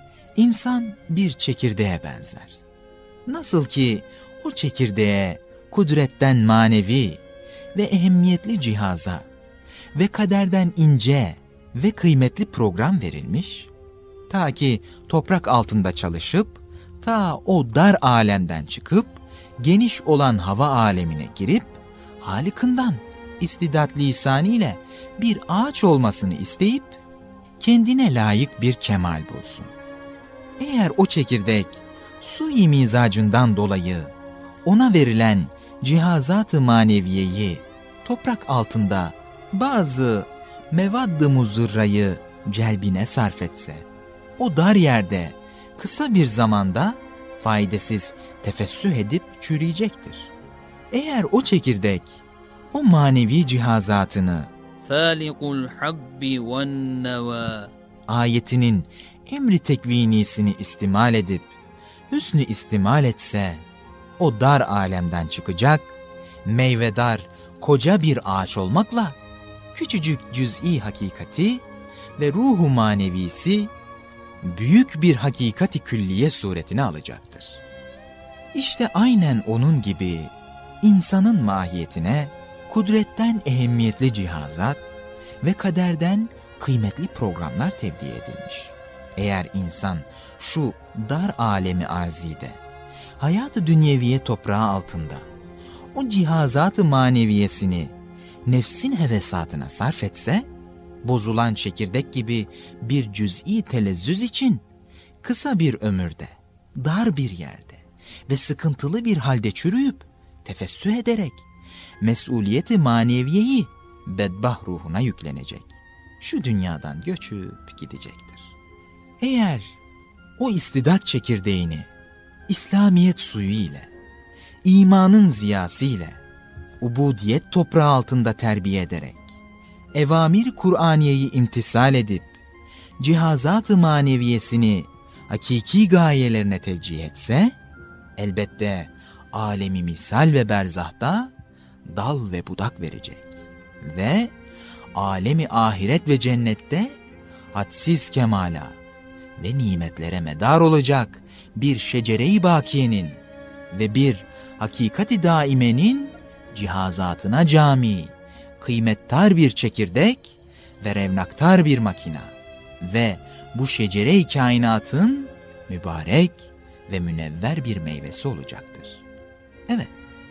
insan bir çekirdeğe benzer. Nasıl ki o çekirdeğe kudretten manevi ve ehemmiyetli cihaza ve kaderden ince ve kıymetli program verilmiş, ta ki toprak altında çalışıp, ta o dar alemden çıkıp, geniş olan hava alemine girip, Halık'ından istidat lisaniyle bir ağaç olmasını isteyip, kendine layık bir kemal bulsun. Eğer o çekirdek, sui mizacından dolayı, ona verilen cihazat-ı maneviyeyi, toprak altında bazı mevadd-ı muzırrayı celbine sarf etse, o dar yerde kısa bir zamanda faydasız tefessüh edip çürüyecektir. Eğer o çekirdek, o manevi cihazatını Falikul habbi ven neva ayetinin emri tekvinisini istimal edip, hüsnü istimal etse, o dar alemden çıkacak, meyvedar koca bir ağaç olmakla, küçücük cüz'i hakikati ve ruhu manevisi, büyük bir hakikati külliye suretini alacaktır. İşte aynen onun gibi, insanın mahiyetine, kudretten ehemmiyetli cihazat ve kaderden kıymetli programlar tevdi edilmiş. Eğer insan şu dar alemi arzide, hayat-ı dünyeviye toprağı altında, o cihazat-ı maneviyesini nefsin hevesatına sarf etse, bozulan çekirdek gibi bir cüz'i telezzüz için kısa bir ömürde, dar bir yerde ve sıkıntılı bir halde çürüyüp tefessüh ederek mesuliyeti maneviyeyi bedbah ruhuna yüklenecek. Şu dünyadan göçüp gidecektir. Eğer o istidat çekirdeğini İslamiyet suyu ile, imanın ziyası ile, ubudiyet toprağı altında terbiye ederek, evamir Kur'aniyeyi imtisal edip, cihazat-ı maneviyesini hakiki gayelerine tevcih etse, elbette alemi misal ve berzahta dal ve budak verecek ve alemi ahiret ve cennette hadsiz kemalat ve nimetlere medar olacak bir şecere-i bakiyenin ve bir hakikati daimenin cihazatına cami, kıymettar bir çekirdek ve revnaktar bir makina ve bu şecere-i kainatın mübarek ve münevver bir meyvesi olacaktır. Evet,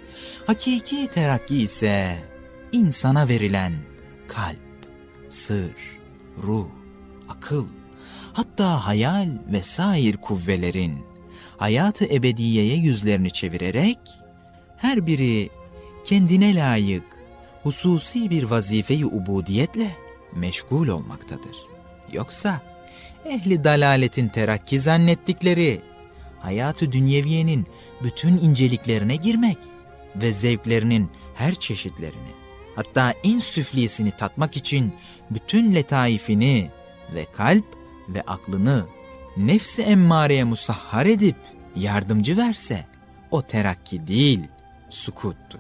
hakiki terakki ise insana verilen kalp, sır, ruh, akıl, hatta hayal ve sair kuvvelerin hayat-ı ebediyeye yüzlerini çevirerek her biri kendine layık hususi bir vazife-i ubudiyetle meşgul olmaktadır. Yoksa ehli dalaletin terakki zannettikleri hayat-ı dünyeviyenin bütün inceliklerine girmek ve zevklerinin her çeşitlerini, hatta en süflisini tatmak için bütün letaifini ve kalp ve aklını nefsi emmareye musahhar edip yardımcı verse, o terakki değil, sukuttur.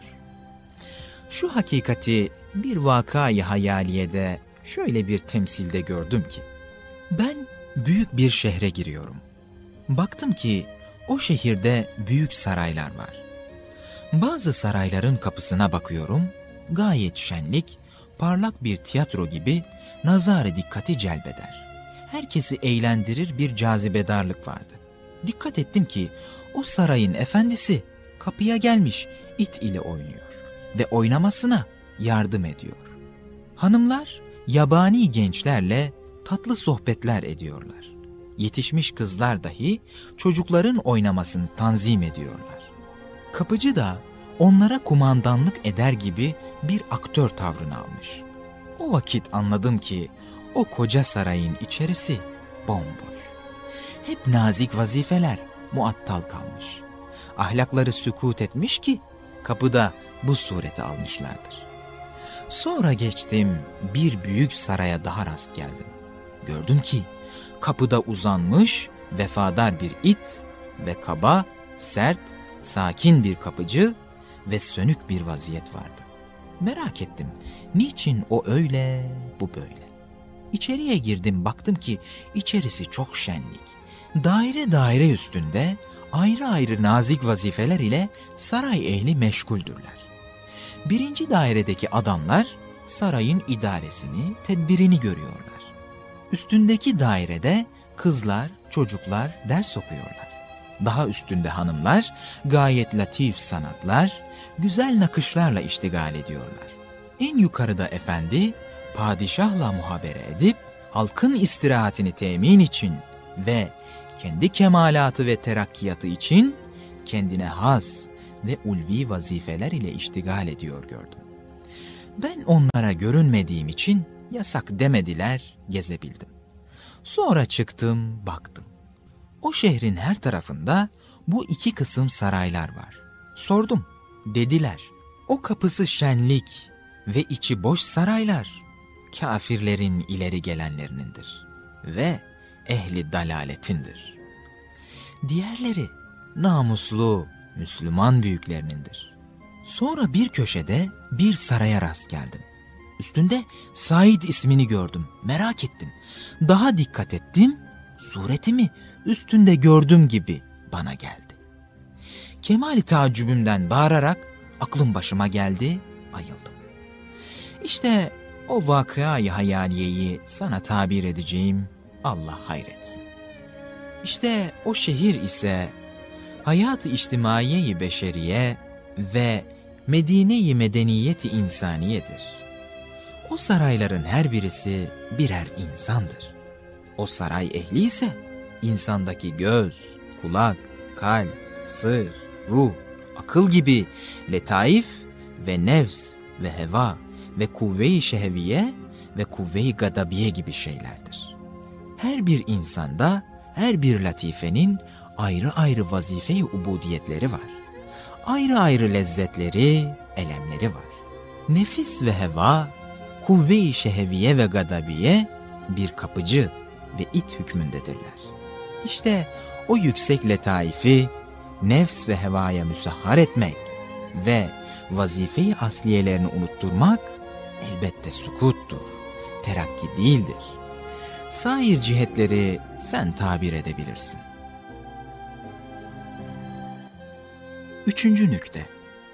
Şu hakikati bir vakayı hayaliyede şöyle bir temsilde gördüm ki, ben büyük bir şehre giriyorum. Baktım ki o şehirde büyük saraylar var. Bazı sarayların kapısına bakıyorum, gayet şenlik, parlak bir tiyatro gibi nazar-ı dikkati celbeder. Herkesi eğlendirir bir cazibedarlık vardı. Dikkat ettim ki o sarayın efendisi kapıya gelmiş it ile oynuyor ve oynamasına yardım ediyor. Hanımlar yabani gençlerle tatlı sohbetler ediyorlar. Yetişmiş kızlar dahi çocukların oynamasını tanzim ediyorlar. Kapıcı da onlara kumandanlık eder gibi bir aktör tavrını almış. O vakit anladım ki o koca sarayın içerisi bomboş. Hep nazik vazifeler muattal kalmış. Ahlakları sükût etmiş ki kapıda bu sureti almışlardır. Sonra geçtim, bir büyük saraya daha rast geldim. Gördüm ki kapıda uzanmış vefadar bir it ve kaba, sert, sakin bir kapıcı ve sönük bir vaziyet vardı. Merak ettim. Niçin o öyle, bu böyle? İçeriye girdim, baktım ki içerisi çok şenlik. Daire daire üstünde ayrı ayrı nazik vazifeler ile saray ehli meşguldürler. Birinci dairedeki adamlar sarayın idaresini, tedbirini görüyorlar. Üstündeki dairede kızlar, çocuklar ders okuyorlar. Daha üstünde hanımlar gayet latif sanatlar, güzel nakışlarla iştigal ediyorlar. En yukarıda efendi, padişahla muhabere edip halkın istirahatini temin için ve kendi kemalatı ve terakkiyatı için kendine has ve ulvi vazifeler ile iştigal ediyor gördüm. Ben onlara görünmediğim için yasak demediler, gezebildim. Sonra çıktım, baktım. O şehrin her tarafında bu iki kısım saraylar var. Sordum, dediler, o kapısı şenlik ve içi boş saraylar kafirlerin ileri gelenlerinindir ve ehli dalaletindir. Diğerleri namuslu Müslüman büyüklerinindir. Sonra bir köşede bir saraya rast geldim. Üstünde Said ismini gördüm, merak ettim. Daha dikkat ettim, suretimi üstünde gördüm gibi bana geldi. Kemali taaccübümden bağırarak aklım başıma geldi, ayıldım. İşte o vakıayı hayaliyeyi sana tabir edeceğim, Allah hayretsin. İşte o şehir ise hayat-ı içtimaiye-i beşeriye ve Medine-i medeniyeti insaniyedir. O sarayların her birisi birer insandır. O saray ehli ise insandaki göz, kulak, kalp, sır, ruh, akıl gibi letaif ve nefs ve heva ve kuvve-i şehviye ve kuvve-i gadabiye gibi şeylerdir. Her bir insanda, her bir latifenin ayrı ayrı vazife-i ubudiyetleri var. Ayrı ayrı lezzetleri, elemleri var. Nefis ve heva, kuvve-i şehviye ve gadabiye bir kapıcı ve it hükmündedirler. İşte o yüksek letaifi nefs ve hevaya müsahhar etmek ve vazife-i asliyelerini unutturmak elbette sukuttur, terakki değildir. Sair cihetleri sen tabir edebilirsin. 3. nükte.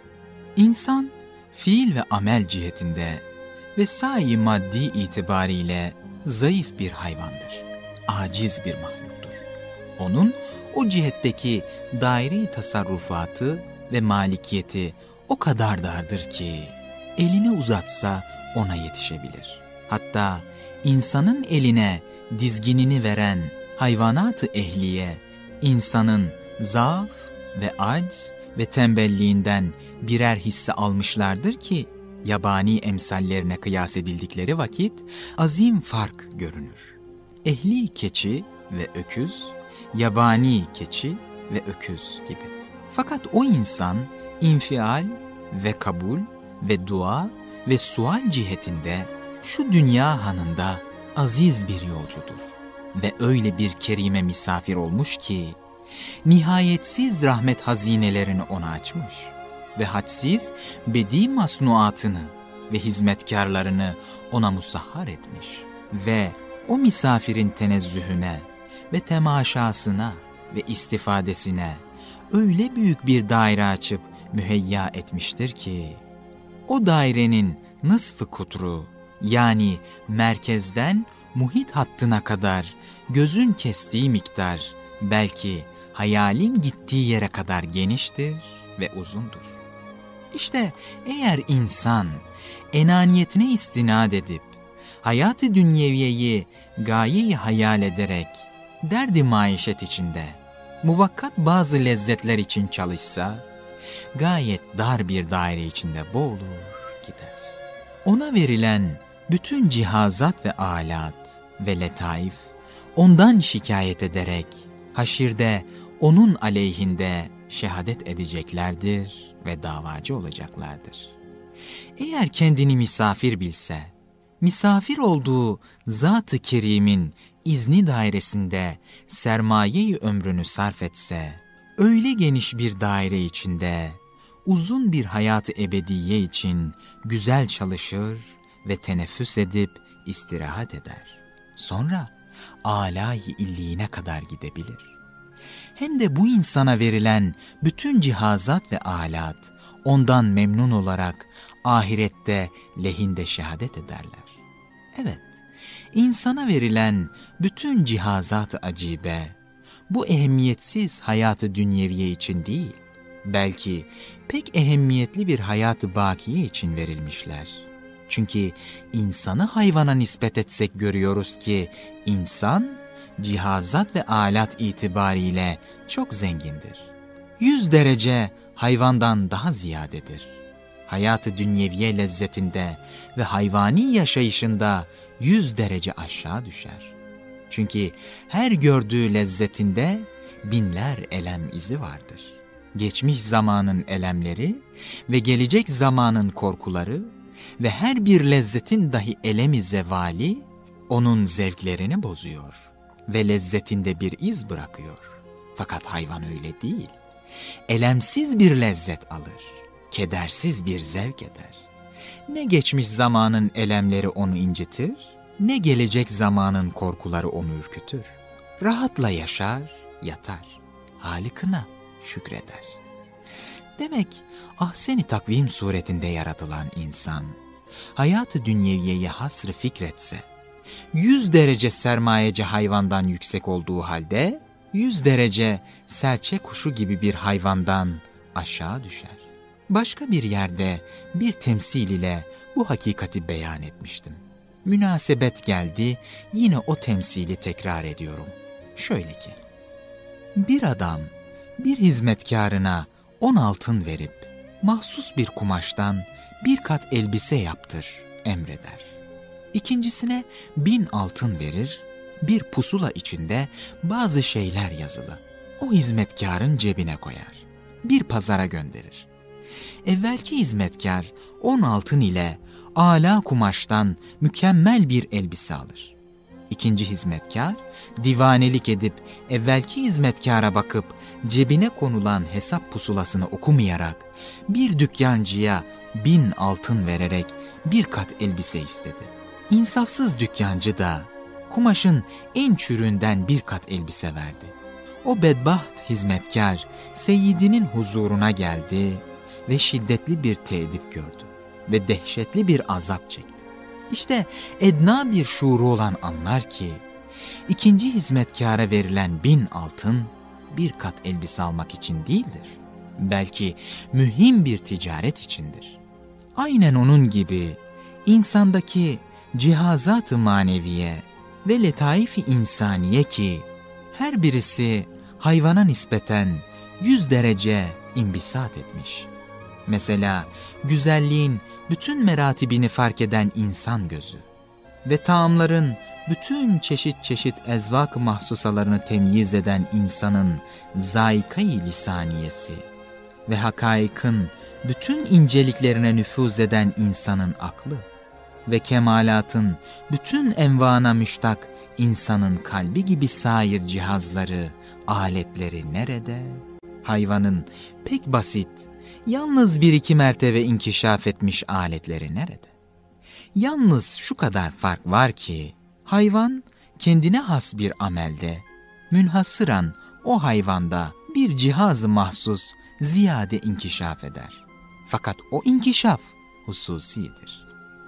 İnsan fiil ve amel cihetinde ve sahi maddi itibariyle zayıf bir hayvandır. Aciz bir mahluktur. Onun o cihetteki daire-i tasarrufatı ve malikiyeti o kadar dardır ki elini uzatsa ona yetişebilir. Hatta insanın eline dizginini veren hayvanat-ı ehliye insanın zaaf ve acz ve tembelliğinden birer hisse almışlardır ki yabani emsallerine kıyas edildikleri vakit azim fark görünür. Ehli keçi ve öküz, yabani keçi ve öküz gibi. Fakat o insan infial ve kabul ve dua ve sual cihetinde şu dünya hanında aziz bir yolcudur ve öyle bir kerime misafir olmuş ki nihayetsiz rahmet hazinelerini ona açmış ve hadsiz bedi masnuatını ve hizmetkarlarını ona musahhar etmiş ve o misafirin tenezzühüne ve temaşasına ve istifadesine öyle büyük bir daire açıp müheyya etmiştir ki o dairenin nısfı kutru, yani merkezden muhit hattına kadar gözün kestiği miktar belki hayalin gittiği yere kadar geniştir ve uzundur. İşte eğer insan enaniyetine istinad edip hayat-ı dünyeviyeyi gaye-i hayal ederek derdi maişet içinde muvakkat bazı lezzetler için çalışsa gayet dar bir daire içinde boğulur gider. Ona verilen bütün cihazat ve alat ve letaif ondan şikayet ederek haşirde onun aleyhinde şehadet edeceklerdir ve davacı olacaklardır. Eğer kendini misafir bilse, misafir olduğu Zat-ı Kerim'in izni dairesinde sermaye-i ömrünü sarf etse, öyle geniş bir daire içinde uzun bir hayat-ı ebediye için güzel çalışır ve teneffüs edip istirahat eder. Sonra âlâ-i illiğine kadar gidebilir. Hem de bu insana verilen bütün cihazat ve alat ondan memnun olarak ahirette lehinde şehadet ederler. Evet, insana verilen bütün cihazat-ı acibe, bu ehemmiyetsiz hayat-ı dünyeviye için değil, belki pek ehemmiyetli bir hayat-ı bakiye için verilmişler. Çünkü insanı hayvana nispet etsek görüyoruz ki insan, cihazat ve alat itibariyle çok zengindir. 100 derece hayvandan daha ziyadedir. Hayat-ı dünyeviye lezzetinde ve hayvani yaşayışında 100 derece aşağı düşer. Çünkü her gördüğü lezzetinde binler elem izi vardır. Geçmiş zamanın elemleri ve gelecek zamanın korkuları ve her bir lezzetin dahi elemi zevali onun zevklerini bozuyor ve lezzetinde bir iz bırakıyor. Fakat hayvan öyle değil. Elemsiz bir lezzet alır, kedersiz bir zevk eder. Ne geçmiş zamanın elemleri onu incitir, ne gelecek zamanın korkuları onu ürkütür. Rahatla yaşar, yatar. Halıkına şükreder. Demek ahsen-i takvim suretinde yaratılan insan, hayat-ı dünyeviyeyi hasrı fikretse, 100 derece sermayeci hayvandan yüksek olduğu halde, 100 derece serçe kuşu gibi bir hayvandan aşağı düşer. Başka bir yerde bir temsil ile bu hakikati beyan etmiştim. Münasebet geldi, yine o temsili tekrar ediyorum. Şöyle ki, bir adam bir hizmetkarına 10 altın verip mahsus bir kumaştan bir kat elbise yaptır emreder. İkincisine 1000 altın verir, bir pusula içinde bazı şeyler yazılı. O hizmetkarın cebine koyar, bir pazara gönderir. Evvelki hizmetkar 10 altın ile âlâ kumaştan mükemmel bir elbise alır. İkinci hizmetkar divanelik edip evvelki hizmetkara bakıp cebine konulan hesap pusulasını okumayarak bir dükkancıya 1000 altın vererek bir kat elbise istedi. İnsafsız dükkancı da kumaşın en çürüğünden bir kat elbise verdi. O bedbaht hizmetkar seyyidinin huzuruna geldi ve şiddetli bir teedip gördü ve dehşetli bir azap çekti. İşte edna bir şuuru olan anlar ki, ikinci hizmetkara verilen 1000 altın bir kat elbise almak için değildir. Belki mühim bir ticaret içindir. Aynen onun gibi insandaki cihazat-ı maneviye ve letaif-i insaniye ki, her birisi hayvana nispeten 100 derece imbisat etmiş. Mesela güzelliğin bütün meratibini fark eden insan gözü ve taamların bütün çeşit çeşit ezvak-ı mahsusalarını temyiz eden insanın zayika-i lisaniyesi ve hakaikın bütün inceliklerine nüfuz eden insanın aklı ve kemalatın bütün envana müştak insanın kalbi gibi sair cihazları, aletleri nerede? Hayvanın pek basit, yalnız bir iki mertebe inkişaf etmiş aletleri nerede? Yalnız şu kadar fark var ki, hayvan kendine has bir amelde, münhasıran o hayvanda bir cihaz-ı mahsus ziyade inkişaf eder. Fakat o inkişaf hususidir.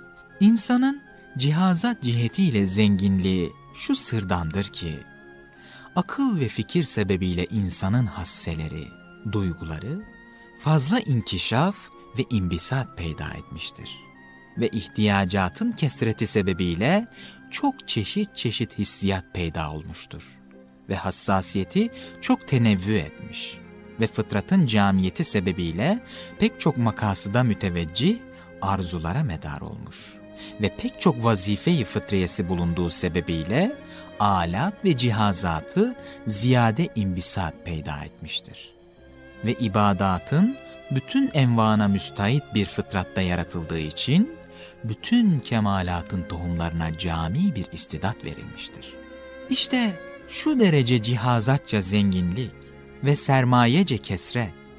İnsanın cihazat cihetiyle zenginliği şu sırdandır ki, akıl ve fikir sebebiyle insanın hasseleri, duyguları fazla inkişaf ve imbisat peyda etmiştir. Ve ihtiyacatın kesreti sebebiyle çok çeşit çeşit hissiyat peyda olmuştur. Ve hassasiyeti çok tenevvü etmiş. Ve fıtratın camiyeti sebebiyle pek çok makasıda müteveccih arzulara medar olmuş. Ve pek çok vazife-i fıtriyesi bulunduğu sebebiyle alat ve cihazatı ziyade imbisat peyda etmiştir. Ve ibadatın bütün envana müstahit bir fıtratta yaratıldığı için bütün kemalatın tohumlarına cami bir istidat verilmiştir. İşte şu derece cihazatça zenginlik ve sermayece kesret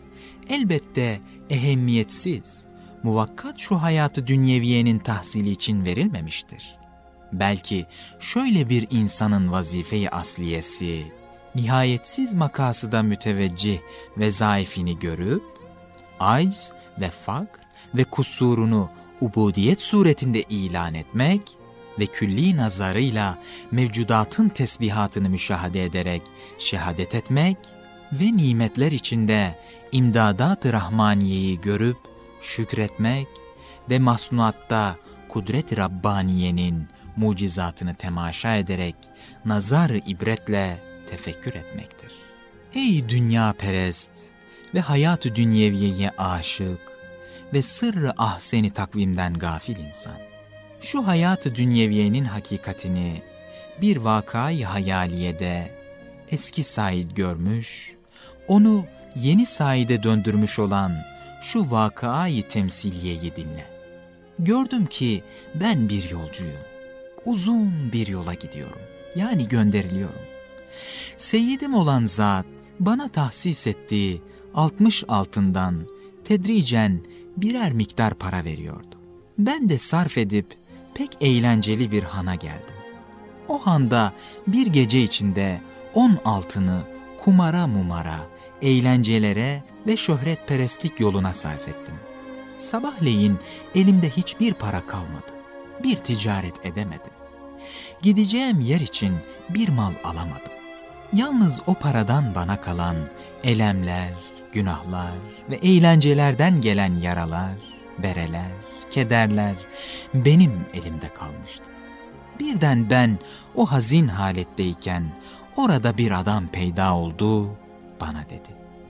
elbette ehemmiyetsiz, muvakkat şu hayatı dünyeviyenin tahsili için verilmemiştir. Belki şöyle bir insanın vazife-i asliyesi, nihayetsiz makasıda müteveccih ve zaifini görüp, acz ve fakr ve kusurunu ubudiyet suretinde ilan etmek ve külli nazarıyla mevcudatın tesbihatını müşahede ederek şehadet etmek ve nimetler içinde imdadat-ı rahmaniyeyi görüp şükretmek ve masnuatta kudret-i Rabbaniye'nin mucizatını temaşa ederek nazar-ı ibretle tefekkür etmektir. Ey dünya perest ve hayat-ı dünyeviyeye aşık ve sırrı ahseni takvimden gafil insan! Şu hayat-ı dünyeviyenin hakikatini bir vakâ-i hayaliyede eski Said görmüş, onu yeni Said'e döndürmüş olan şu vakâ-i temsiliyeyi dinle. Gördüm ki ben bir yolcuyum. Uzun bir yola gidiyorum. Yani gönderiliyorum. Seyyidim olan zat bana tahsis ettiği 60 altından tedricen birer miktar para veriyordu. Ben de sarf edip pek eğlenceli bir hana geldim. O handa bir gece içinde 10 altını kumara mumara, eğlencelere ve şöhretperestlik yoluna sarf ettim. Sabahleyin elimde hiçbir para kalmadı. Bir ticaret edemedim. Gideceğim yer için bir mal alamadım. Yalnız o paradan bana kalan elemler, günahlar ve eğlencelerden gelen yaralar, bereler, kederler benim elimde kalmıştı. Birden ben o hazin haletteyken orada bir adam peyda oldu, bana dedi.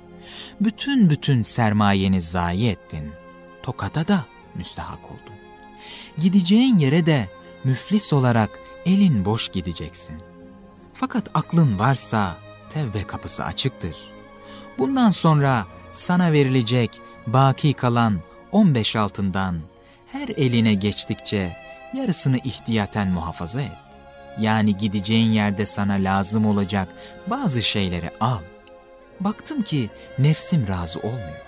Bütün sermayeni zayi ettin, tokata da müstahak oldun. Gideceğin yere de müflis olarak elin boş gideceksin. Fakat aklın varsa tevbe kapısı açıktır. Bundan sonra sana verilecek baki kalan 15 altından her eline geçtikçe yarısını ihtiyaten muhafaza et. Yani gideceğin yerde sana lazım olacak bazı şeyleri al. Baktım ki nefsim razı olmuyor.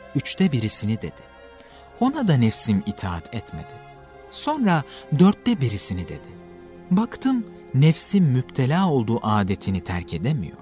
1/3'ünü dedi. Ona da nefsim itaat etmedi. Sonra 1/4'ünü dedi. Baktım nefsim müptela olduğu adetini terk edemiyor.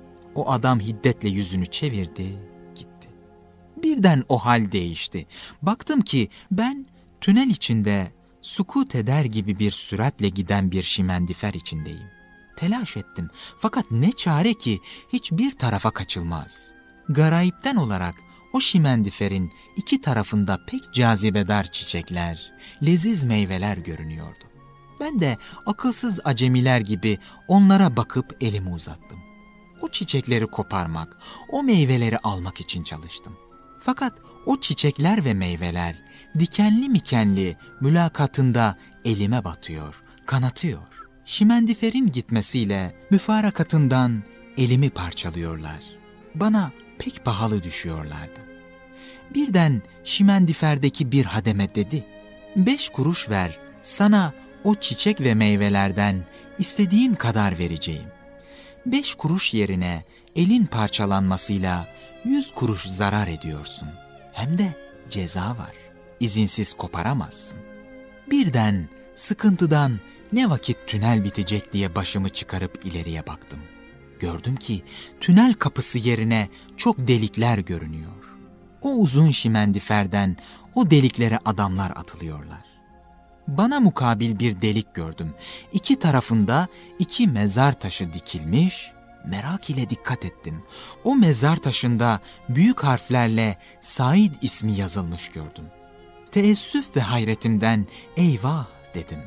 O adam hiddetle yüzünü çevirdi, gitti. Birden o hal değişti. Baktım ki ben tünel içinde sukut eder gibi bir süratle giden bir şimendifer içindeyim. Telaş ettim fakat ne çare ki hiçbir tarafa kaçılmaz. Garayipten olarak o şimendiferin iki tarafında pek cazibedar çiçekler, leziz meyveler görünüyordu. Ben de akılsız acemiler gibi onlara bakıp elimi uzattım. O çiçekleri koparmak, o meyveleri almak için çalıştım. Fakat o çiçekler ve meyveler dikenli mikenli mülakatında elime batıyor, kanatıyor. Şimendiferin gitmesiyle müfarakatından elimi parçalıyorlar. Bana pek pahalı düşüyorlardı. Birden şimendiferdeki bir hademe dedi, 5 kuruş ver, sana o çiçek ve meyvelerden istediğin kadar vereceğim. 5 kuruş yerine elin parçalanmasıyla 100 kuruş zarar ediyorsun. Hem de ceza var. İzinsiz koparamazsın. Birden sıkıntıdan ne vakit tünel bitecek diye başımı çıkarıp ileriye baktım. Gördüm ki tünel kapısı yerine çok delikler görünüyor. O uzun şimendiferden o deliklere adamlar atılıyorlar. Bana mukabil bir delik gördüm. 2 tarafında 2 mezar taşı dikilmiş. Merak ile dikkat ettim. O mezar taşında büyük harflerle Said ismi yazılmış gördüm. Teessüf ve hayretimden eyvah dedim.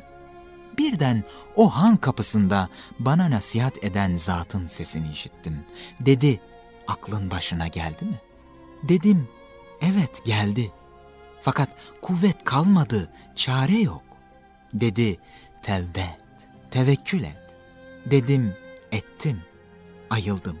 Birden o han kapısında bana nasihat eden zatın sesini işittim. Dedi, aklın başına geldi mi? Dedim, evet geldi. Fakat kuvvet kalmadı, çare yok. Dedi, tevbe et, tevekkül et. Dedim, ettim, ayıldım.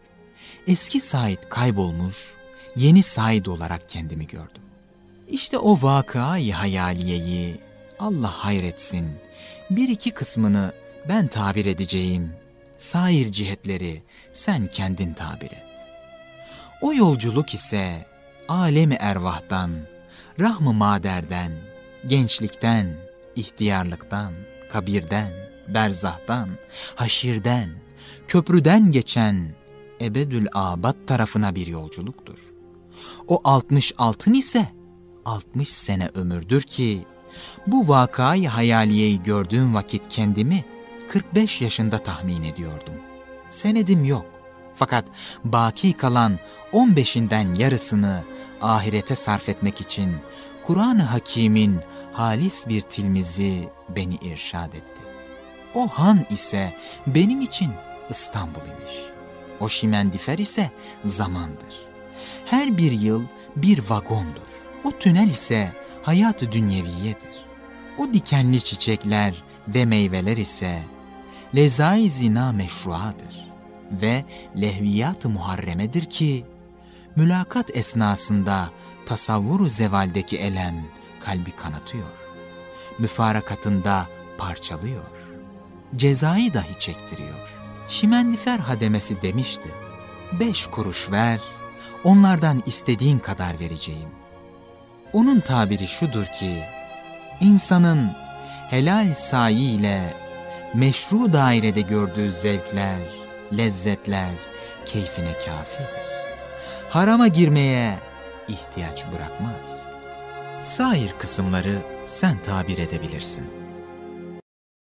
Eski Said kaybolmuş, yeni Said olarak kendimi gördüm. İşte o vakayı hayaliyeyi Allah hayretsin, 1-2 kısmını ben tabir edeceğim, sair cihetleri sen kendin tabir et. O yolculuk ise alemi ervahtan, rahm-ı maderden, gençlikten, ihtiyarlıktan, kabirden, berzahtan, haşirden, köprüden geçen ebedül abad tarafına bir yolculuktur. O 60 altın ise 60 sene ömürdür ki, bu vakayı hayaliyeyi gördüğüm vakit kendimi 45 yaşında tahmin ediyordum. Senedim yok. Fakat baki kalan 15'inden yarısını ahirete sarf etmek için Kur'an-ı Hakîm'in halis bir tilmizi beni irşad etti. O han ise benim için İstanbul imiş. O şimendifer ise zamandır. Her bir yıl bir vagondur. O tünel ise hayat-ı dünyeviyedir. O dikenli çiçekler ve meyveler ise lezai zina meşruadır ve lehviyat-ı muharremedir ki, mülakat esnasında tasavvur-u zevaldeki elem kalbi kanatıyor, müfarakatında parçalıyor, cezayı dahi çektiriyor. Şimendifer hademesi demişti, 5 kuruş ver, onlardan istediğin kadar vereceğim. Onun tabiri şudur ki, insanın helal sayi ile meşru dairede gördüğü zevkler, lezzetler keyfine kafidir. Harama girmeye ihtiyaç bırakmaz. Sair kısımları sen tabir edebilirsin.